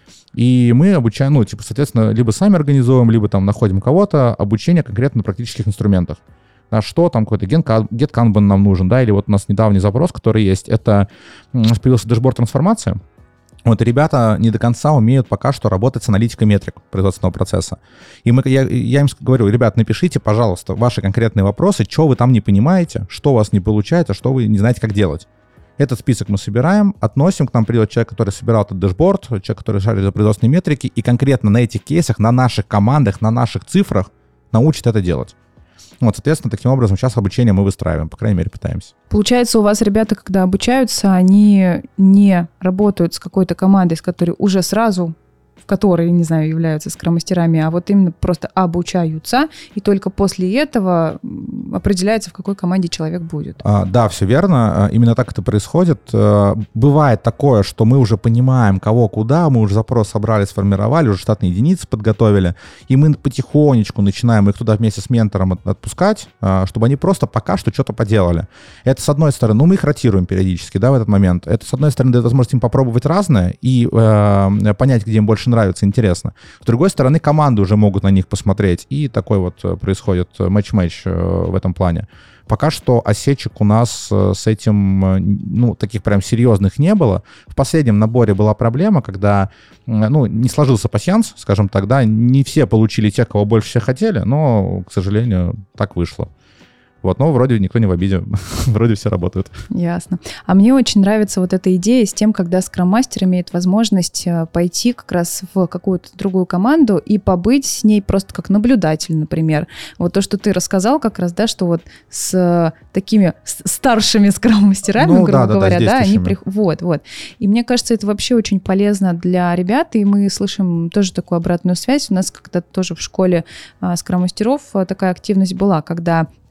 [SPEAKER 3] И мы обучаем, соответственно, либо сами организуем, либо там находим кого-то, обучение конкретно на практических инструментах. А что там какой-то get Kanban нам нужен, да, или вот у нас недавний запрос, который есть, это у нас появился дэшборд трансформации. Вот ребята не до конца умеют пока что работать с аналитикой метрик производственного процесса. И я им говорю, ребят, напишите, пожалуйста, ваши конкретные вопросы, что вы там не понимаете, что у вас не получается, что вы не знаете, как делать. Этот список мы собираем, относим, к нам придет человек, который собирал этот дэшборд, человек, который шарит за производственные метрики, и конкретно на этих кейсах, на наших командах, на наших цифрах научит это делать. Вот, соответственно, таким образом сейчас обучение мы выстраиваем, по крайней мере, пытаемся.
[SPEAKER 2] Получается, у вас ребята, когда обучаются, они не работают с какой-то командой, с которой уже сразу, в которой, не знаю, являются скрам-мастерами, а вот именно просто обучаются, и только после этого определяется, в какой команде человек будет.
[SPEAKER 3] Да, все верно. Именно так это происходит. Бывает такое, что мы уже понимаем, кого куда, мы уже запрос собрали, сформировали, уже штатные единицы подготовили, и мы потихонечку начинаем их туда вместе с ментором отпускать, чтобы они просто пока что что-то поделали. Это с одной стороны, мы их ротируем периодически, да, в этот момент. Это с одной стороны дает возможность им попробовать разное и понять, где им больше нравится, интересно. С другой стороны, команды уже могут на них посмотреть, и такой вот происходит матч-матч в этом плане. Пока что осечек у нас с этим, таких прям серьезных не было. В последнем наборе была проблема, когда, не сложился пасьянс, скажем так, да, не все получили тех, кого больше всех хотели, но, к сожалению, так вышло. Вот, но вроде никто не в обиде, вроде все работают.
[SPEAKER 2] Ясно. А мне очень нравится вот эта идея с тем, когда скрам-мастер имеет возможность пойти как раз в какую-то другую команду и побыть с ней просто как наблюдатель, например. Вот то, что ты рассказал как раз, да, что вот с такими старшими скрам-мастерами, грубо говоря, да, они приходят. Вот. И мне кажется, это вообще очень полезно для ребят, и мы слышим тоже такую обратную связь. У нас когда-то тоже в школе скрам-мастеров такая активность была, когда ты приходишь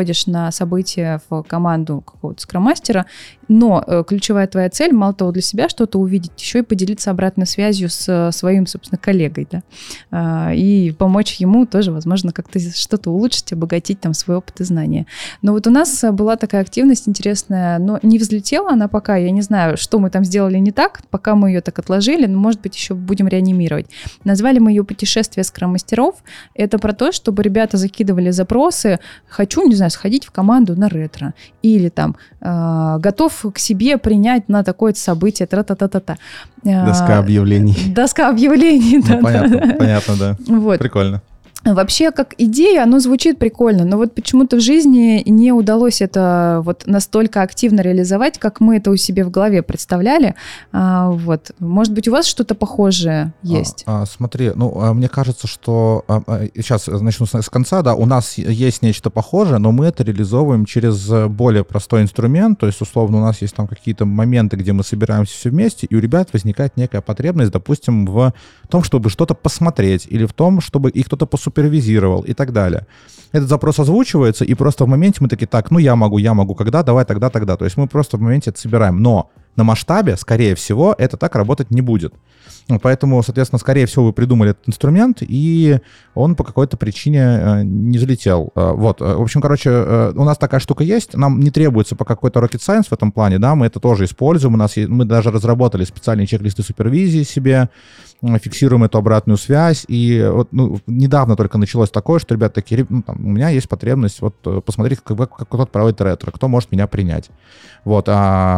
[SPEAKER 2] приходишь на событие в команду какого-то скроммастера, но ключевая твоя цель, мало того, для себя что-то увидеть, еще и поделиться обратной связью с своим, собственно, коллегой, да, и помочь ему тоже, возможно, как-то что-то улучшить, обогатить там свой опыт и знания. Но вот у нас была такая активность интересная, но не взлетела она пока, я не знаю, что мы там сделали не так, пока мы ее так отложили, но, может быть, еще будем реанимировать. Назвали мы ее «Путешествие скроммастеров». Это про то, чтобы ребята закидывали запросы, хочу, не знаю, сходить в команду на ретро, или там готов к себе принять на такое-то событие, тра-та-та-та-та.
[SPEAKER 1] Доска объявлений.
[SPEAKER 2] Доска объявлений, да.
[SPEAKER 3] Понятно, да.
[SPEAKER 2] Вот.
[SPEAKER 3] Прикольно.
[SPEAKER 2] Вообще, как идея, оно звучит прикольно, но вот почему-то в жизни не удалось это вот настолько активно реализовать, как мы это у себя в голове представляли. Вот. Может быть, у вас что-то похожее есть?
[SPEAKER 3] Смотри, мне кажется, что... Сейчас начну с конца, да, у нас есть нечто похожее, но мы это реализовываем через более простой инструмент, то есть, условно, у нас есть там какие-то моменты, где мы собираемся все вместе, и у ребят возникает некая потребность, допустим, в том, чтобы что-то посмотреть, или в том, чтобы их кто-то супервизировал и так далее. Этот запрос озвучивается, и просто в моменте мы такие, так, я могу, когда, давай, тогда. То есть мы просто в моменте это собираем. Но на масштабе, скорее всего, это так работать не будет. Поэтому, соответственно, скорее всего, вы придумали этот инструмент, и он по какой-то причине не залетел. Вот. В общем, у нас такая штука есть. Нам не требуется пока какой-то rocket science в этом плане, да, мы это тоже используем. Мы даже разработали специальные чек-листы супервизии себе, фиксируем эту обратную связь. И вот, недавно только началось такое, что ребята такие, у меня есть потребность посмотреть, как кто-то проводит ретро, кто может меня принять. Вот.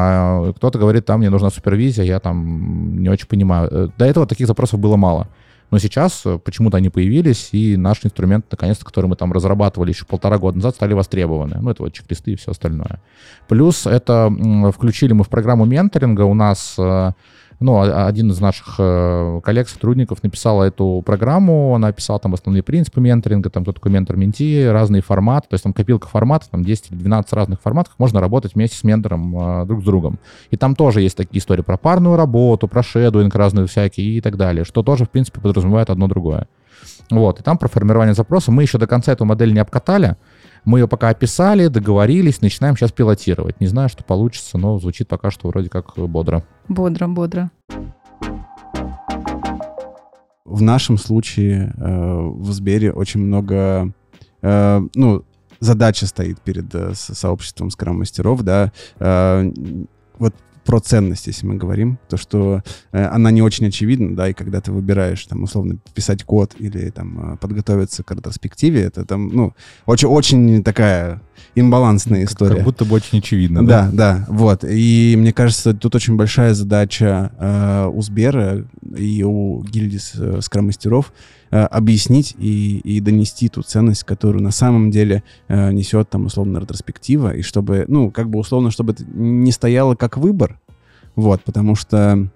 [SPEAKER 3] А кто-то говорит, мне нужна супервизия, я там не очень понимаю. До этого таких запросов было мало. Но сейчас почему-то они появились, и наш инструмент, наконец-то, который мы там разрабатывали еще 1,5 года назад, стали востребованы. Это вот чек-листы и все остальное. Плюс это включили мы в программу менторинга. У нас... один из наших коллег, сотрудников написал эту программу, она описала там основные принципы менторинга, там кто такой ментор-менти, разные форматы, то есть там копилка форматов, там 10 или 12 разных форматов, можно работать вместе с ментором друг с другом. И там тоже есть такие истории про парную работу, про шедуинг разные всякие и так далее, что тоже, в принципе, подразумевает одно другое. Вот, и там про формирование запроса мы еще до конца эту модель не обкатали, мы ее пока описали, договорились, начинаем сейчас пилотировать. Не знаю, что получится, но звучит пока что вроде как бодро.
[SPEAKER 2] Бодро.
[SPEAKER 1] В нашем случае в Сбере очень много... задача стоит перед сообществом скрам-мастеров, да, вот про ценность, если мы говорим, то, что она не очень очевидна, да, и когда ты выбираешь, там, условно, писать код или, там, подготовиться к ретроспективе, это, там, очень такая имбалансная история.
[SPEAKER 3] Как будто бы очень очевидно, да?
[SPEAKER 1] Да, вот. И мне кажется, тут очень большая задача у Сбера и у гильдии скрам-мастеров объяснить и донести ту ценность, которую на самом деле несет, там, условно, ретроспектива, и чтобы, условно, чтобы это не стояло как выбор, вот, потому что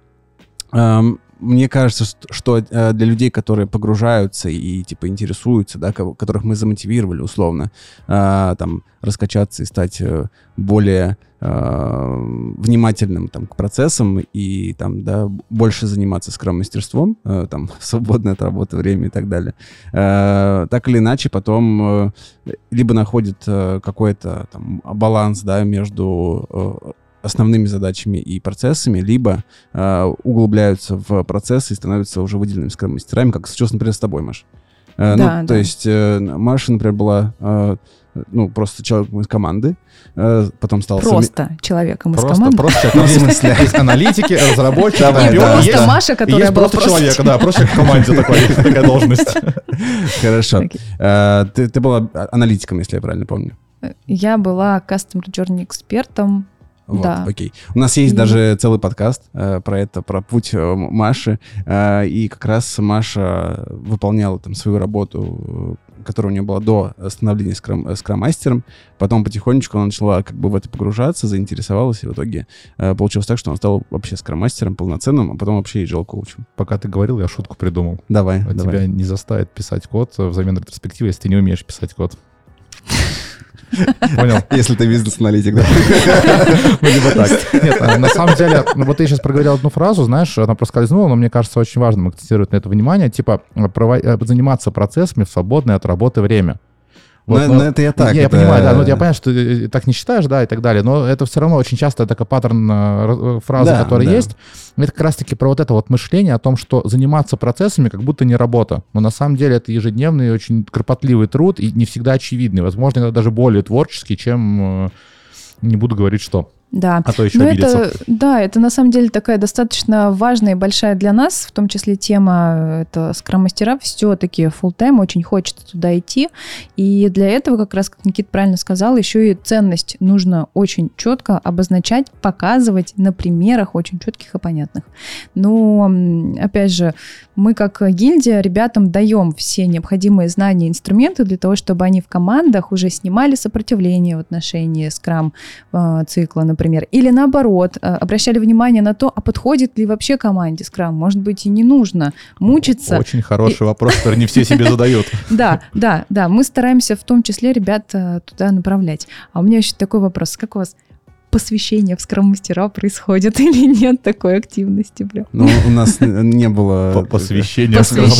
[SPEAKER 1] мне кажется, что для людей, которые погружаются и, типа, интересуются, да, которых мы замотивировали, условно, там, раскачаться и стать более внимательным, там, к процессам и, там, да, больше заниматься скрам-мастерством, там, в свободное от работы время и так далее, так или иначе потом либо находит какой-то, там, баланс, да, между основными задачами и процессами, либо углубляются в процессы и становятся уже выделенными скрам-мастерами, как случилось, например, с тобой, Маш. То есть Маша, например, была просто человеком из команды, потом стала...
[SPEAKER 2] Просто человеком из команды?
[SPEAKER 3] Просто в смысле? Есть аналитики, разработчики,
[SPEAKER 2] просто Маша, которая была
[SPEAKER 3] просто человек, да, просто в команде такая должность.
[SPEAKER 1] Хорошо. Ты была аналитиком, если я правильно помню.
[SPEAKER 2] Я была customer journey экспертом.
[SPEAKER 1] Вот,
[SPEAKER 2] да.
[SPEAKER 1] Окей. У нас есть даже целый подкаст про это, про путь Маши, и как раз Маша выполняла там свою работу, которая у нее была до становления скрам-мастером, потом потихонечку она начала как бы в это погружаться, заинтересовалась, и в итоге получилось так, что она стала вообще скрам-мастером полноценным, а потом вообще agile-коучем.
[SPEAKER 3] Пока ты говорил, я шутку придумал.
[SPEAKER 1] Давай.
[SPEAKER 3] Тебя не заставят писать код взамен ретроспективы, если ты не умеешь писать код. Понял?
[SPEAKER 1] Если ты бизнес-аналитик, да?
[SPEAKER 3] Либо так. Нет, на самом деле, вот ты сейчас проговорил одну фразу, знаешь, она проскользнула, но мне кажется, очень важно акцентировать на это внимание, типа заниматься процессами в свободное от работы время. Вот,
[SPEAKER 1] но это я так.
[SPEAKER 3] Я понимаю, да, я понимаю, что ты так не считаешь, да, и так далее, но это все равно очень часто такой паттерн фразы, который есть. Это как раз-таки про вот это вот мышление о том, что заниматься процессами как будто не работа. Но на самом деле это ежедневный, очень кропотливый труд и не всегда очевидный. Возможно, это даже более творческий, чем... Не буду говорить, что.
[SPEAKER 2] Да.
[SPEAKER 3] А то еще обидится.
[SPEAKER 2] Это на самом деле такая достаточно важная и большая для нас, в том числе тема, это скрам-мастера, все-таки full-time, очень хочется туда идти. И для этого, как раз, как Никита правильно сказал, еще и ценность нужно очень четко обозначать, показывать на примерах очень четких и понятных. Но, опять же, мы как гильдия ребятам даем все необходимые знания и инструменты для того, чтобы они в командах уже снимали сопротивление в отношении скрам-цикла, например, или наоборот, обращали внимание на то, а подходит ли вообще команде скрам, может быть, и не нужно мучиться.
[SPEAKER 3] Очень хороший вопрос, который не все себе задают.
[SPEAKER 2] Да, мы стараемся в том числе ребят туда направлять. А у меня еще такой вопрос, как у вас посвящение в скрам-мастера происходит или нет такой активности? Прям?
[SPEAKER 1] Ну, у нас не было...
[SPEAKER 3] Посвящения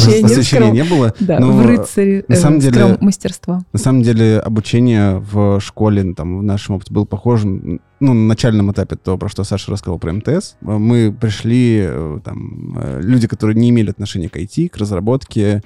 [SPEAKER 1] не было.
[SPEAKER 2] Да, в рыцаре скрам-мастерства.
[SPEAKER 1] На самом деле обучение в школе, там, в нашем опыте было похожим, на начальном этапе того, про что Саша рассказал про МТС. Мы пришли, там, люди, которые не имели отношения к IT, к разработке,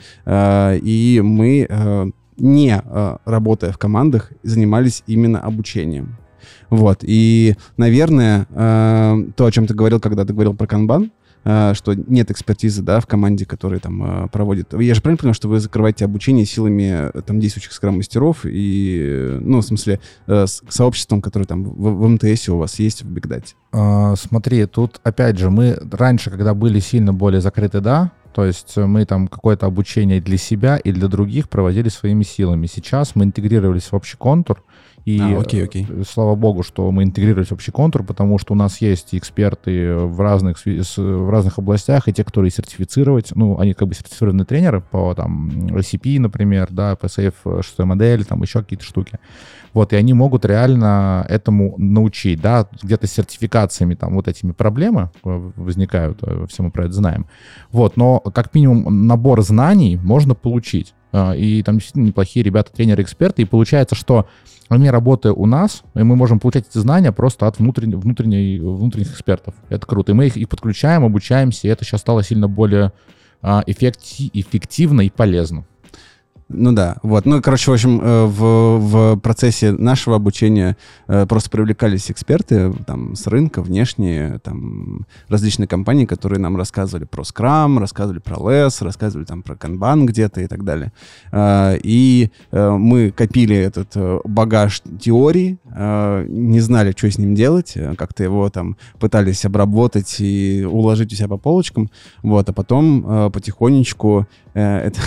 [SPEAKER 1] и мы, не работая в командах, занимались именно обучением. Вот, и, наверное, то, о чем ты говорил, когда ты говорил про канбан, что нет экспертизы, да, в команде, которая там проводит. Я же правильно понимаю, что вы закрываете обучение силами там действующих скрам-мастеров и, в смысле, с сообществом, которое там в МТС у вас есть в Бигдате?
[SPEAKER 3] Смотри, тут, опять же, мы раньше, когда были сильно более закрыты, да, то есть мы там какое-то обучение для себя и для других проводили своими силами. Сейчас мы интегрировались в общий контур, и
[SPEAKER 1] окей.
[SPEAKER 3] Слава богу, что мы интегрировались в общий контур, потому что у нас есть эксперты в разных областях, и те, которые сертифицировать, они как бы сертифицированные тренеры по там ICP, например, да, PSF 6 модель, там еще какие-то штуки. Вот, и они могут реально этому научить, да, где-то с сертификациями там вот этими проблемы возникают, все мы про это знаем. Вот, но как минимум набор знаний можно получить. И там действительно неплохие ребята, тренеры, эксперты, и получается, что они, работая у нас, и мы можем получать эти знания просто от внутренних экспертов. Это круто. И мы их подключаем, обучаемся, и это сейчас стало сильно более эффективно и полезно.
[SPEAKER 1] Ну да, вот. В общем, в процессе нашего обучения просто привлекались эксперты там с рынка, внешние, там различные компании, которые нам рассказывали про Scrum, рассказывали про LESS, рассказывали там про Kanban где-то и так далее. И мы копили этот багаж теорий, не знали, что с ним делать, как-то его там пытались обработать и уложить у себя по полочкам, вот, а потом потихонечку это...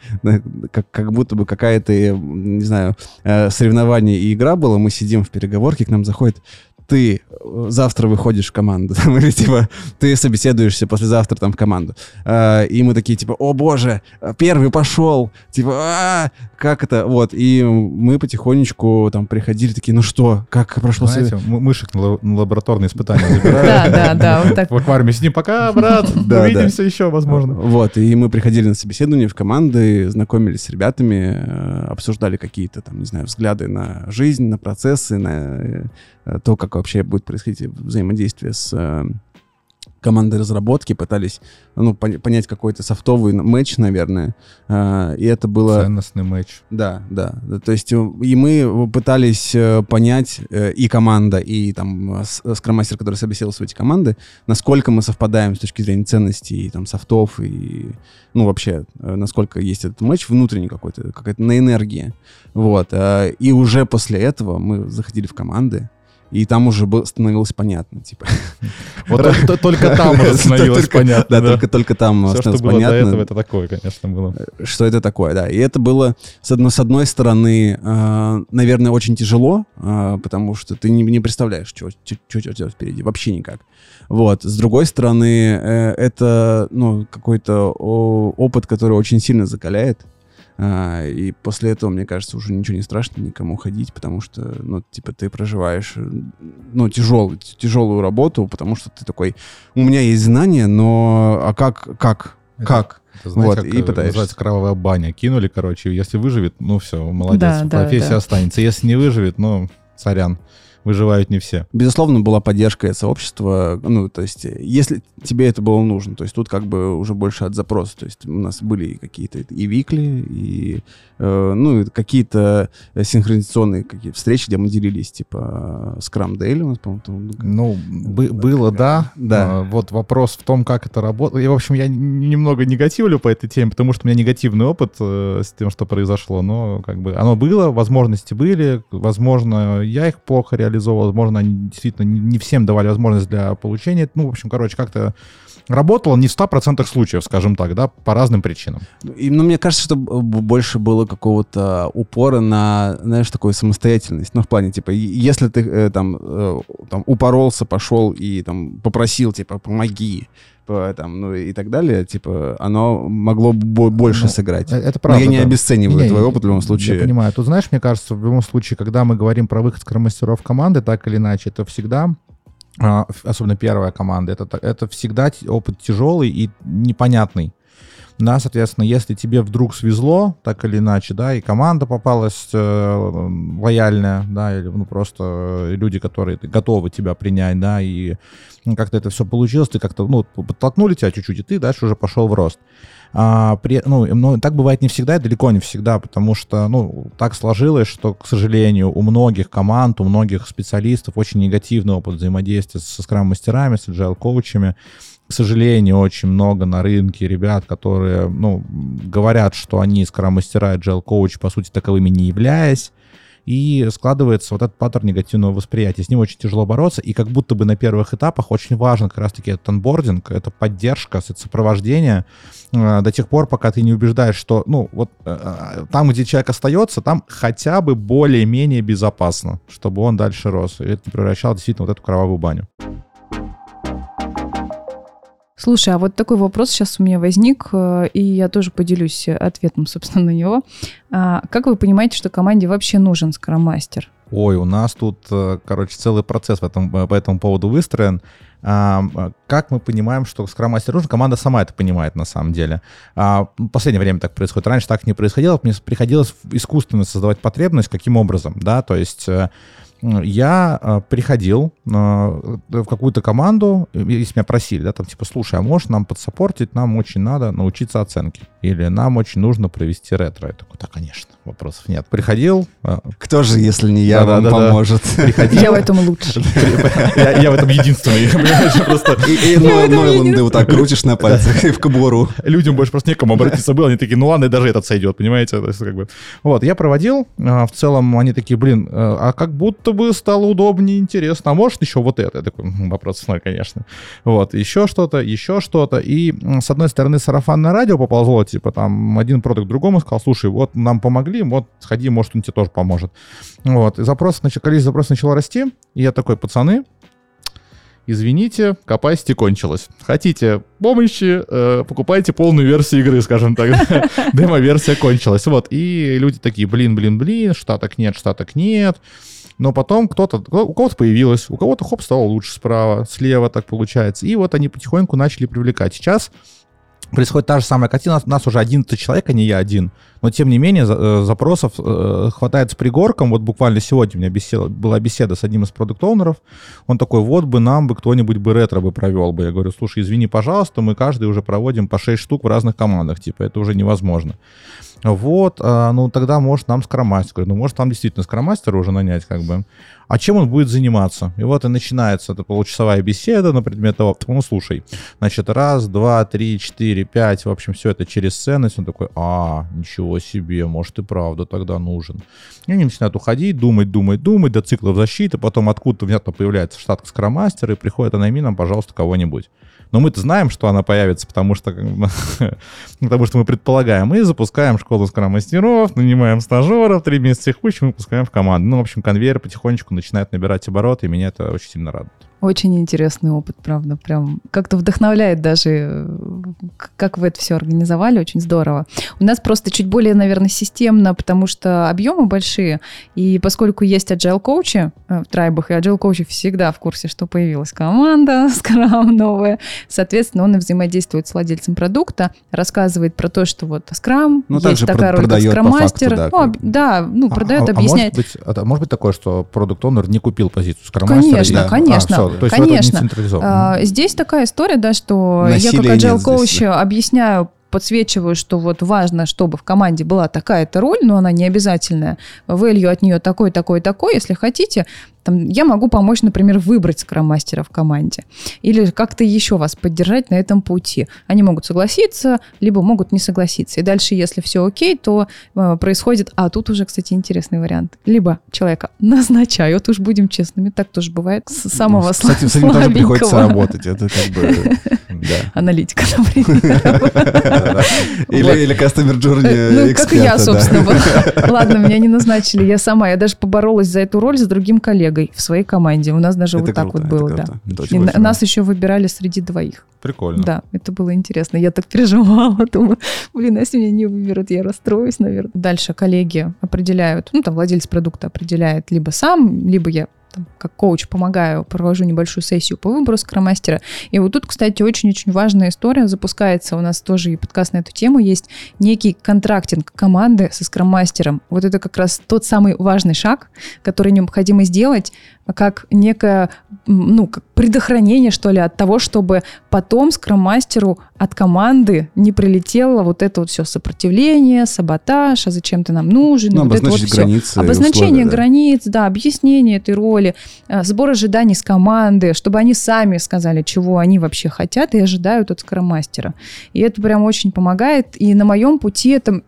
[SPEAKER 1] Как будто бы какая-то, не знаю, соревнование и игра была. Мы сидим в переговорке, к нам заходит: ты завтра выходишь в команду, там, или типа ты собеседуешься послезавтра там в команду. И мы такие типа: о боже, первый пошел, типа, как это, вот. И мы потихонечку там приходили такие: ну что, как прошло?
[SPEAKER 3] Знаете, мышек на лабораторные испытания забирают.
[SPEAKER 2] Да, вот так.
[SPEAKER 3] В аквариуме сидим: пока, брат, увидимся еще, возможно.
[SPEAKER 1] Вот, и мы приходили на собеседование в команды, знакомились с ребятами, обсуждали какие-то там, не знаю, взгляды на жизнь, на процессы, на то, как вообще будет происходить взаимодействие с командой разработки, пытались понять какой-то софтовый матч, наверное, и это было...
[SPEAKER 3] Ценностный матч.
[SPEAKER 1] Да, то есть и мы пытались понять, и команда, и там скрам-мастер, который собеседовал эти команды, насколько мы совпадаем с точки зрения ценностей, и там софтов, и вообще, насколько есть этот матч внутренний какой-то на энергии, вот, и уже после этого мы заходили в команды, и там уже становилось понятно, типа.
[SPEAKER 3] Вот только там уже становилось понятно.
[SPEAKER 1] Да, только там становилось понятно. Все, что было до этого,
[SPEAKER 3] это такое, конечно, было.
[SPEAKER 1] Что это такое, да. И это было, с одной стороны, наверное, очень тяжело, потому что ты не представляешь, что делать впереди, вообще никак. Вот. С другой стороны, это, какой-то опыт, который очень сильно закаляет. И после этого, мне кажется, уже ничего не страшно никому ходить, потому что, ты проживаешь, тяжелую работу, потому что ты такой: у меня есть знания, но как?
[SPEAKER 3] Это, знаете,
[SPEAKER 1] вот,
[SPEAKER 3] как
[SPEAKER 1] и пытаешься.
[SPEAKER 3] называется кровавая баня. Кинули, короче, если выживет, ну все, молодец, профессия останется. Если не выживет, ну, сорян. Выживают не все.
[SPEAKER 1] Безусловно, была поддержка от сообщества, ну, то есть, если тебе это было нужно, то есть тут как бы уже больше от запроса, то есть у нас были какие-то и викли, и, ну, какие-то синхронизационные встречи, где мы делились, типа, Scrum Daily у нас, по-моему.
[SPEAKER 3] Ну, было, да. Вот вопрос в том, как это работает. И, в общем, я немного негативлю по этой теме, потому что у меня негативный опыт с тем, что произошло, но как бы оно было, возможности были, возможно, я их плохо реализовал, возможно, они действительно не всем давали возможность для получения. Ну, в общем, короче, как-то работало не в 100% случаев, скажем так, да, по разным причинам.
[SPEAKER 1] Ну, мне кажется, что больше было какого-то упора на, знаешь, такую самостоятельность. Ну, в плане, типа, если ты там упоролся, пошел и там попросил, типа, помоги, там, ну и так далее, типа, оно могло больше сыграть.
[SPEAKER 3] Это правда.
[SPEAKER 1] Но я не обесцениваю твой опыт в любом случае.
[SPEAKER 3] Я понимаю. Тут, знаешь, мне кажется, в любом случае, когда мы говорим про выход скромастеров команды, так или иначе, это всегда, особенно первая команда, это всегда опыт тяжелый и непонятный. Да, соответственно, если тебе вдруг свезло, так или иначе, да, и команда попалась лояльная, да, или ну, просто люди, которые готовы тебя принять, да, и как-то это все получилось, ты как-то, ну, подтолкнули тебя чуть-чуть, и ты дальше уже пошел в рост. Но так бывает не всегда и далеко не всегда, потому что, ну, так сложилось, что, к сожалению, у многих команд, у многих специалистов очень негативный опыт взаимодействия со скрам-мастерами, с agile-коучами. К сожалению, очень много на рынке ребят, которые, ну, говорят, что они скрам-мастера, agile-коуч, по сути, таковыми не являясь, и складывается вот этот паттерн негативного восприятия. С ним очень тяжело бороться, и как будто бы на первых этапах очень важен как раз-таки этот онбординг, это поддержка, это сопровождение до тех пор, пока ты не убеждаешь, что, ну, вот там, где человек остается, там хотя бы более-менее безопасно, чтобы он дальше рос, и это не превращало действительно вот эту кровавую баню.
[SPEAKER 2] Слушай, а вот такой вопрос сейчас у меня возник, и я тоже поделюсь ответом, собственно, на него. Как вы понимаете, что команде вообще нужен скрам-мастер?
[SPEAKER 3] Ой, у нас тут, короче, целый процесс по этому поводу выстроен. Как мы понимаем, что скрам-мастер нужен? Команда сама это понимает на самом деле. В последнее время так происходит. Раньше так не происходило. Мне приходилось искусственно создавать потребность. Каким образом? Да, то есть я приходил в какую-то команду, если меня просили, да, там типа, слушай, а можешь нам подсаппортить? Нам очень надо научиться оценке. Или нам очень нужно провести ретро. Я такой, да, конечно, вопросов нет. Приходил.
[SPEAKER 1] Кто же, если не я, вам поможет?
[SPEAKER 2] Я в этом лучше.
[SPEAKER 3] Я в этом единственный.
[SPEAKER 1] И Нойланд ты вот так крутишь на пальцах в кобуру.
[SPEAKER 3] Людям больше просто некому обратиться было. Они такие, ну ладно, даже этот сойдет, понимаете? Вот, я проводил. В целом они такие, блин, а как будто бы стало удобнее, интересно. А может еще вот это? Я такой, вопрос, конечно. Вот, еще что-то. И с одной стороны сарафанное радио поползло, типа там один продукт другому сказал, слушай, вот нам помогли, вот сходи, может он тебе тоже поможет. Вот, и количество запросов начало расти. И я такой, пацаны, извините, capacity кончилась. Хотите помощи, покупайте полную версию игры, скажем так. Демо-версия кончилась. Вот, и люди такие, блин, штаток нет. Но потом у кого-то появилось, у кого-то хоп, стало лучше справа, слева так получается. И вот они потихоньку начали привлекать. Сейчас происходит та же самая картина. Нас уже 11 человек, а не я один. Но, тем не менее, запросов хватает с пригорком. Вот буквально сегодня у меня была беседа с одним из продукт-оунеров. Он такой, вот бы нам бы кто-нибудь бы ретро бы провел бы. Я говорю, слушай, извини, пожалуйста, мы каждый уже проводим по 6 штук в разных командах. Типа, это уже невозможно. Вот, ну тогда может нам скрам-мастер. Говорю, ну может там действительно скрам-мастера уже нанять как бы. А чем он будет заниматься? И вот и начинается эта получасовая беседа на предмет того, ну слушай, значит, 1, 2, 3, 4, 5, в общем, все это через ценность. Он такой, ничего себе, может и правда тогда нужен. И они начинают уходить, думать до циклов защиты, потом откуда-то внятно появляется штатка скрам-мастера и приходит, найми нам, пожалуйста, кого-нибудь. Но мы-то знаем, что она появится, потому что мы предполагаем. И запускаем школу скрам-мастеров, нанимаем стажеров, 3 месяца их учим и пускаем в команду. Ну, в общем, конвейер потихонечку начинает набирать обороты, и меня это очень сильно радует.
[SPEAKER 2] Очень интересный опыт, правда, прям как-то вдохновляет даже, как вы это все организовали, очень здорово. У нас просто чуть более, наверное, системно, потому что объемы большие, и поскольку есть agile-коучи в трайбах, и agile-коучи всегда в курсе, что появилась команда Scrum новая, соответственно, он взаимодействует с владельцем продукта, рассказывает про то, что вот Scrum, есть такая роль, как Scrum-мастер. Продает, объясняет.
[SPEAKER 3] Может быть такое, что продукт-онер не купил позицию Scrum-мастера?
[SPEAKER 2] Конечно.
[SPEAKER 3] То есть
[SPEAKER 2] конечно. Здесь такая история, да, что насилие я как agile-коуч объясняю, подсвечиваю, что вот важно, чтобы в команде была такая-то роль, но она не обязательная. Value от нее такой. Если хотите, там, я могу помочь, например, выбрать скрам-мастера в команде. Или как-то еще вас поддержать на этом пути. Они могут согласиться, либо могут не согласиться. И дальше, если все окей, то происходит... тут уже, кстати, интересный вариант. Либо человека назначают, уж будем честными, так тоже бывает, с самого слабенького.
[SPEAKER 1] Кстати, с этим тоже приходится работать. Это как бы...
[SPEAKER 2] Аналитика, например.
[SPEAKER 1] Или customer journey эксперта.
[SPEAKER 2] Как я, собственно. Ладно, меня не назначили, я сама. Я даже поборолась за эту роль с другим коллегой в своей команде. У нас даже вот так вот было, да. И нас еще выбирали среди двоих.
[SPEAKER 3] Прикольно.
[SPEAKER 2] Да, это было интересно. Я так переживала, думаю, если меня не выберут, я расстроюсь, наверное. Дальше коллеги определяют, владелец продукта определяет либо сам, либо я как коуч помогаю, провожу небольшую сессию по выбору скрам-мастера. И вот тут, кстати, очень-очень важная история запускается. У нас тоже и подкаст на эту тему есть. Некий контрактинг команды со скрам-мастером. Вот это как раз тот самый важный шаг, который необходимо сделать, как некое, как предохранение, что ли, от того, чтобы потом скрам-мастеру от команды не прилетело вот это вот все сопротивление, саботаж, а зачем ты нам нужен?
[SPEAKER 1] Обозначить границы.
[SPEAKER 2] Обозначение границ, объяснение этой роли, сбор ожиданий с команды, чтобы они сами сказали, чего они вообще хотят и ожидают от скрам-мастера. И это прям очень помогает. И на моем пути это,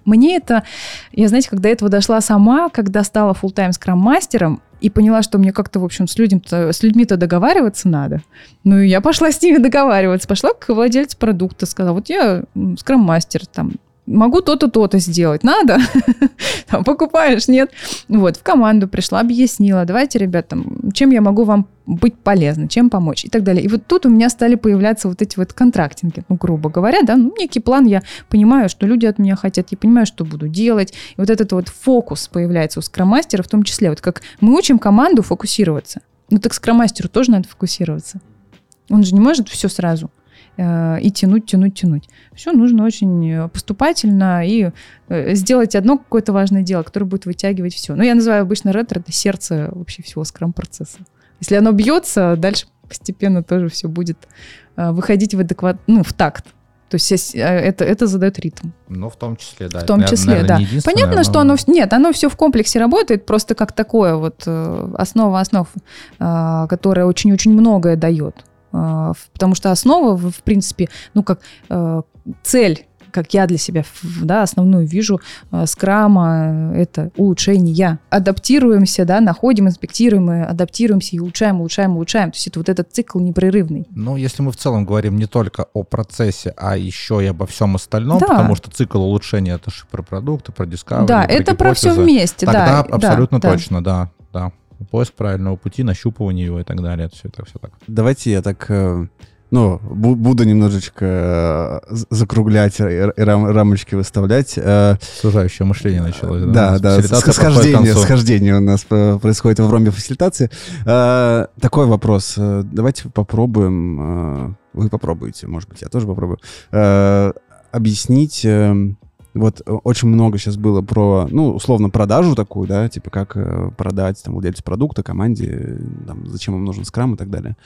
[SPEAKER 2] я, знаете, когда этого дошла сама, когда стала фулл-тайм скрам-мастером, и поняла, что мне как-то, в общем, с людьми-то договариваться надо. И я пошла с ними договариваться. Пошла к владельцу продукта, сказала, вот я скрам-мастер, могу то-то, то-то сделать. Надо? Покупаешь? Нет. В команду пришла, объяснила. Давайте, ребят, чем я могу вам быть полезна, чем помочь и так далее. И вот тут у меня стали появляться вот эти вот контрактинги, грубо говоря, некий план, я понимаю, что люди от меня хотят, я понимаю, что буду делать. И вот этот вот фокус появляется у скрам-мастера в том числе. Вот как мы учим команду фокусироваться. Так скрам-мастеру тоже надо фокусироваться. Он же не может все сразу и тянуть. Все нужно очень поступательно и сделать одно какое-то важное дело, которое будет вытягивать все. Я называю обычно ретро, это сердце вообще всего скрам-процесса. Если оно бьется, дальше постепенно тоже все будет выходить в адекват, в такт. То есть это задает ритм.
[SPEAKER 3] В том числе, да.
[SPEAKER 2] В том числе, да. Понятно, что оно все в комплексе работает, просто как такое вот основа основ, которая очень-очень многое дает. Потому что основа, в принципе, цель, как я для себя основную вижу, скрама — это улучшение. Адаптируемся, находим, инспектируем, адаптируемся и улучшаем. То есть это вот этот цикл непрерывный.
[SPEAKER 3] Если мы в целом говорим не только о процессе, а еще и обо всем остальном, потому что цикл улучшения — это же про продукты, про discovery,
[SPEAKER 2] про это гипотезы. Про все вместе.
[SPEAKER 3] Тогда абсолютно точно, да. Поиск правильного пути, нащупывание его и так далее. Все так.
[SPEAKER 1] Давайте я так, буду немножечко закруглять, рамочки выставлять.
[SPEAKER 3] Сужающее мышление началось.
[SPEAKER 1] Да, схождение у нас происходит в ромбе фасилитации. Такой вопрос. Давайте попробуем, вы попробуете, может быть, я тоже попробую, объяснить... Вот очень много сейчас было про, условно, продажу такую, типа как продать владельцу продукта, команде, зачем им нужен скрам и так далее.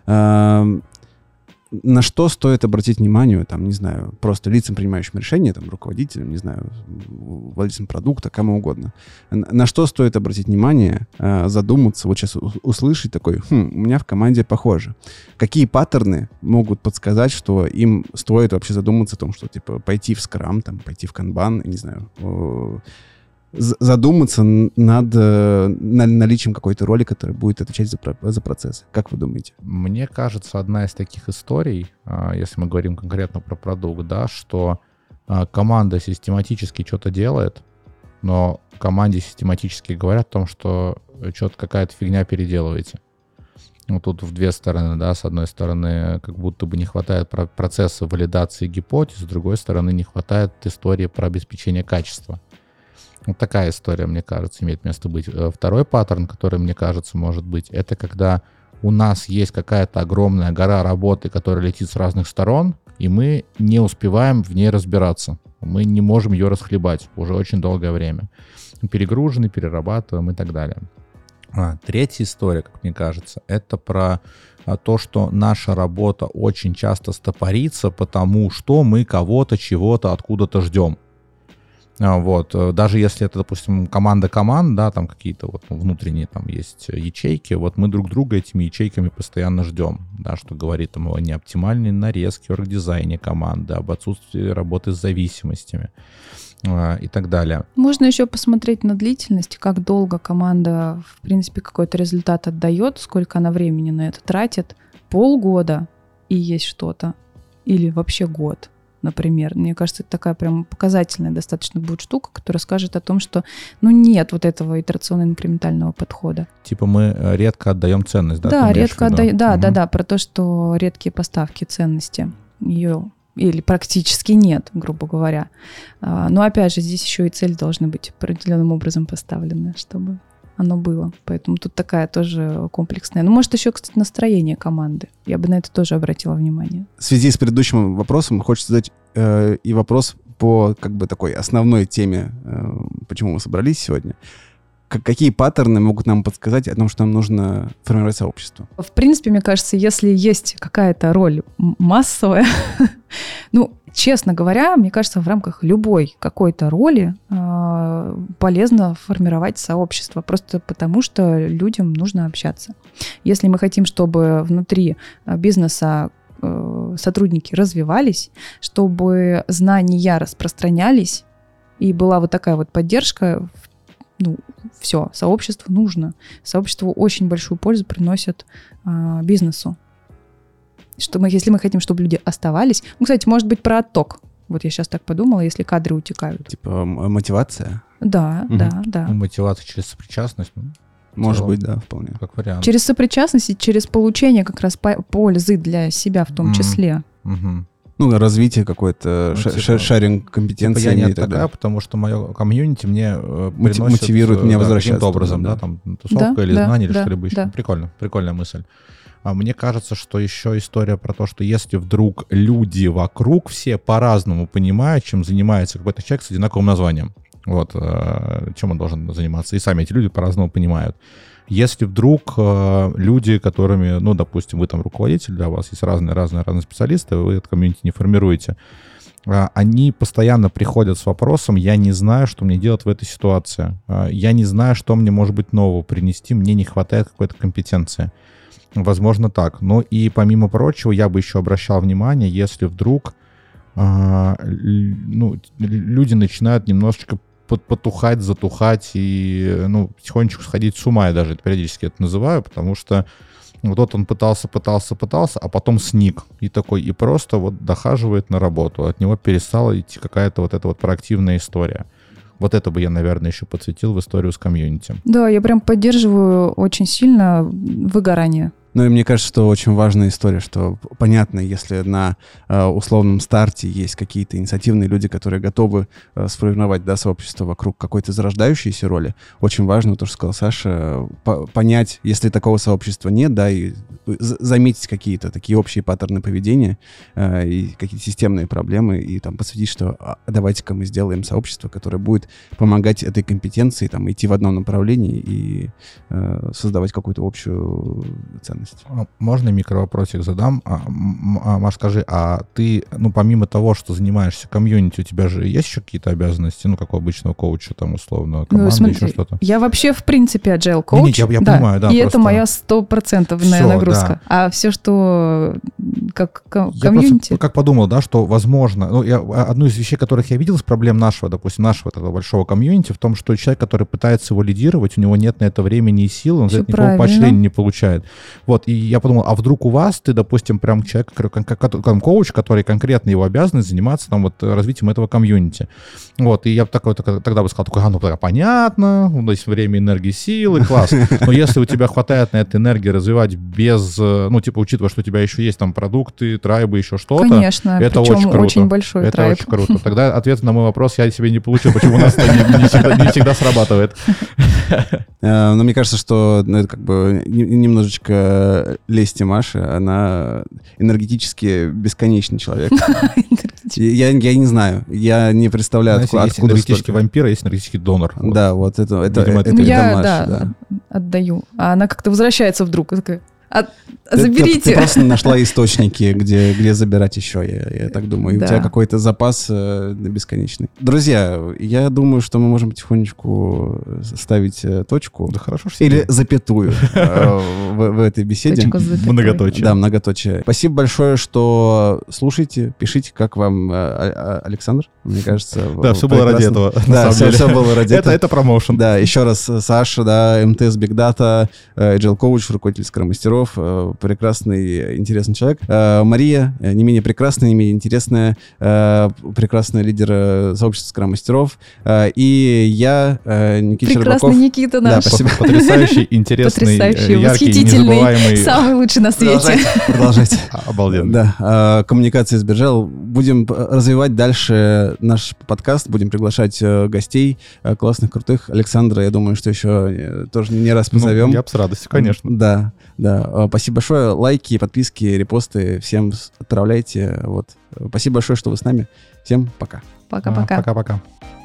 [SPEAKER 1] На что стоит обратить внимание, не знаю, просто лицам, принимающим решения, руководителям, не знаю, владельцам продукта, кому угодно. На что стоит обратить внимание, задуматься, вот сейчас услышать такой, у меня в команде похоже. Какие паттерны могут подсказать, что им стоит вообще задуматься о том, что, пойти в скрам, пойти в канбан, не знаю, задуматься над наличием какой-то роли, которая будет отвечать за процесс. Как вы думаете?
[SPEAKER 3] Мне кажется, одна из таких историй, если мы говорим конкретно про продукт, что команда систематически что-то делает, но команде систематически говорят о том, что что-то какая-то фигня переделываете. Ну, тут в две стороны, да, с одной стороны, как будто бы не хватает процесса валидации гипотез, с другой стороны, не хватает истории про обеспечение качества. Вот такая история, мне кажется, имеет место быть. Второй паттерн, который, мне кажется, может быть, это когда у нас есть какая-то огромная гора работы, которая летит с разных сторон, и мы не успеваем в ней разбираться. Мы не можем ее расхлебать уже очень долгое время. Перегружены, перерабатываем и так далее. Третья история, как мне кажется, это про то, что наша работа очень часто стопорится, потому что мы кого-то, чего-то, откуда-то ждем. Вот. Даже если это, допустим, команда команд, да, там какие-то вот внутренние там есть ячейки, вот мы друг друга этими ячейками постоянно ждем, да, что говорит там о неоптимальной нарезке, оргдизайне команды, об отсутствии работы с зависимостями и так далее.
[SPEAKER 2] Можно еще посмотреть на длительность, как долго команда, в принципе, какой-то результат отдает, сколько она времени на это тратит. Полгода и есть что-то. Или вообще год, например. Мне кажется, это такая прям показательная достаточно будет штука, которая скажет о том, что нет вот этого итерационно-инкрементального подхода.
[SPEAKER 3] Типа мы редко отдаем ценность, да?
[SPEAKER 2] Да, редко отдаем. Да, про то, что редкие поставки ценности ее или практически нет, грубо говоря. Но опять же, здесь еще и цели должны быть определенным образом поставлены, чтобы оно было. Поэтому тут такая тоже комплексная. Ну, может, еще, кстати, настроение команды. Я бы на это тоже обратила внимание.
[SPEAKER 1] В связи с предыдущим вопросом хочется задать и вопрос по как бы такой основной теме, почему мы собрались сегодня. Какие паттерны могут нам подсказать о том, что нам нужно формировать сообщество?
[SPEAKER 2] В принципе, мне кажется, если есть какая-то роль массовая, честно говоря, мне кажется, в рамках любой какой-то роли полезно формировать сообщество, просто потому что людям нужно общаться. Если мы хотим, чтобы внутри бизнеса сотрудники развивались, чтобы знания распространялись, и была вот такая вот поддержка, все, сообщество нужно. Сообщество очень большую пользу приносит бизнесу. Если мы хотим, чтобы люди оставались... кстати, может быть, про отток. Вот я сейчас так подумала, если кадры утекают.
[SPEAKER 1] Типа мотивация?
[SPEAKER 2] Да, да.
[SPEAKER 3] Мотивация через сопричастность?
[SPEAKER 1] Может быть, да, вполне.
[SPEAKER 3] Как вариант.
[SPEAKER 2] Через сопричастность и через получение как раз пользы для себя в том числе.
[SPEAKER 1] Развитие какое-то, шаринг компетенций.
[SPEAKER 3] Я не такая, потому что мое комьюнити мне приносит...
[SPEAKER 1] Мотивирует меня возвращаться.
[SPEAKER 3] Каким-то образом, да, там тусовка или знание, или что-либо еще. Да. Прикольная мысль. Мне кажется, что еще история про то, что если вдруг люди вокруг все по-разному понимают, чем занимается какой-то человек с одинаковым названием, вот, чем он должен заниматься, и сами эти люди по-разному понимают. Если вдруг люди, которыми, допустим, вы там руководитель, для вас есть разные специалисты, вы это комьюнити не формируете, они постоянно приходят с вопросом: я не знаю, что мне делать в этой ситуации, я не знаю, что мне, может быть, нового принести, мне не хватает какой-то компетенции. Возможно, так. Но и помимо прочего, я бы еще обращал внимание, если вдруг люди начинают немножечко потухать, затухать и потихонечку сходить с ума, я даже периодически это называю, потому что вот он пытался, а потом сник и такой, и просто вот дохаживает на работу. От него перестала идти какая-то вот эта вот проактивная история. Вот это бы я, наверное, еще подсветил в историю с комьюнити.
[SPEAKER 2] Да, я прям поддерживаю очень сильно выгорание.
[SPEAKER 1] И мне кажется, что очень важная история, что понятно, если на условном старте есть какие-то инициативные люди, которые готовы сформировать сообщество вокруг какой-то зарождающейся роли, очень важно, то, что сказал Саша, понять, если такого сообщества нет, и заметить какие-то такие общие паттерны поведения и какие-то системные проблемы, и посвятить, что давайте-ка мы сделаем сообщество, которое будет помогать этой компетенции идти в одном направлении и создавать какую-то общую ценность.
[SPEAKER 3] Можно микровопросик задам? Маш, скажи, а ты, помимо того, что занимаешься комьюнити, у тебя же есть еще какие-то обязанности, как у обычного коуча, условно, команды,
[SPEAKER 2] смотри,
[SPEAKER 3] еще что-то?
[SPEAKER 2] Я вообще, в принципе, agile коуч.
[SPEAKER 3] Я понимаю, да.
[SPEAKER 2] И это моя 100% нагрузка. Да. А все, что как комьюнити...
[SPEAKER 3] Я просто подумал, что возможно... одну из вещей, которых я видел из проблем нашего этого большого комьюнити, в том, что человек, который пытается его лидировать, у него нет на это времени и сил, он за это никакого поощрения не получает. Вот, и я подумал, а вдруг у вас ты, допустим, прям человек, коуч, который конкретно его обязанность заниматься там вот развитием этого комьюнити. Вот, и я такой, тогда бы сказал, ну, понятно, у нас есть время, энергии, силы, класс. Но если у тебя хватает на этой энергии развивать без, ну, типа, учитывая, что у тебя еще есть там продукты, трайбы, еще что-то.
[SPEAKER 2] Конечно,
[SPEAKER 3] это
[SPEAKER 2] причем
[SPEAKER 3] очень круто.
[SPEAKER 2] Очень большой
[SPEAKER 3] это
[SPEAKER 2] трайб.
[SPEAKER 3] очень круто. Тогда ответ на мой вопрос я себе не получил, почему у нас это не всегда срабатывает.
[SPEAKER 1] Но мне кажется, что это как бы немножечко лести Маши. Она энергетически бесконечный человек. Я не знаю. Я не представляю,
[SPEAKER 3] откуда есть энергетический вампир, а есть энергетический донор.
[SPEAKER 1] Да, вот это
[SPEAKER 2] я,
[SPEAKER 1] Маша.
[SPEAKER 2] Отдаю. А она как-то возвращается вдруг. Такая, заберите.
[SPEAKER 1] Ты просто нашла источники, где забирать еще, я так думаю. И у тебя какой-то запас бесконечный. Друзья, я думаю, что мы можем потихонечку ставить точку.
[SPEAKER 3] Да хорошо, что
[SPEAKER 1] или запятую в этой беседе.
[SPEAKER 3] Многоточие.
[SPEAKER 1] Да, многоточие. Спасибо большое, что слушаете, пишите, как вам Александр, мне кажется.
[SPEAKER 3] Да, все было ради этого.
[SPEAKER 1] Да, все было ради этого.
[SPEAKER 3] Это промоушен.
[SPEAKER 1] Да, еще раз Саша, да, МТС Big Data, Agile Coach, руководитель Scrum-мастеров, прекрасный, интересный человек. Мария, не менее прекрасная, не менее интересная, прекрасный лидер сообщества Scrum-мастеров. И я, Никита Щербаков.
[SPEAKER 2] Прекрасный Никита наш.
[SPEAKER 1] Да, спасибо.
[SPEAKER 3] Потрясающий, интересный, яркий,
[SPEAKER 2] восхитительный,
[SPEAKER 3] незабываемый.
[SPEAKER 2] самый лучший на свете.
[SPEAKER 1] Продолжайте.
[SPEAKER 3] Обалденно.
[SPEAKER 1] Да, коммуникация с Биржел. Будем развивать дальше наш подкаст, будем приглашать гостей классных, крутых. Александра, я думаю, что еще тоже не раз позовем.
[SPEAKER 3] Я бы с радостью, конечно.
[SPEAKER 1] Да. Спасибо большое. Лайки, подписки, репосты всем отправляйте. Вот. Спасибо большое, что вы с нами. Всем пока.
[SPEAKER 2] Пока-пока.
[SPEAKER 3] Пока-пока.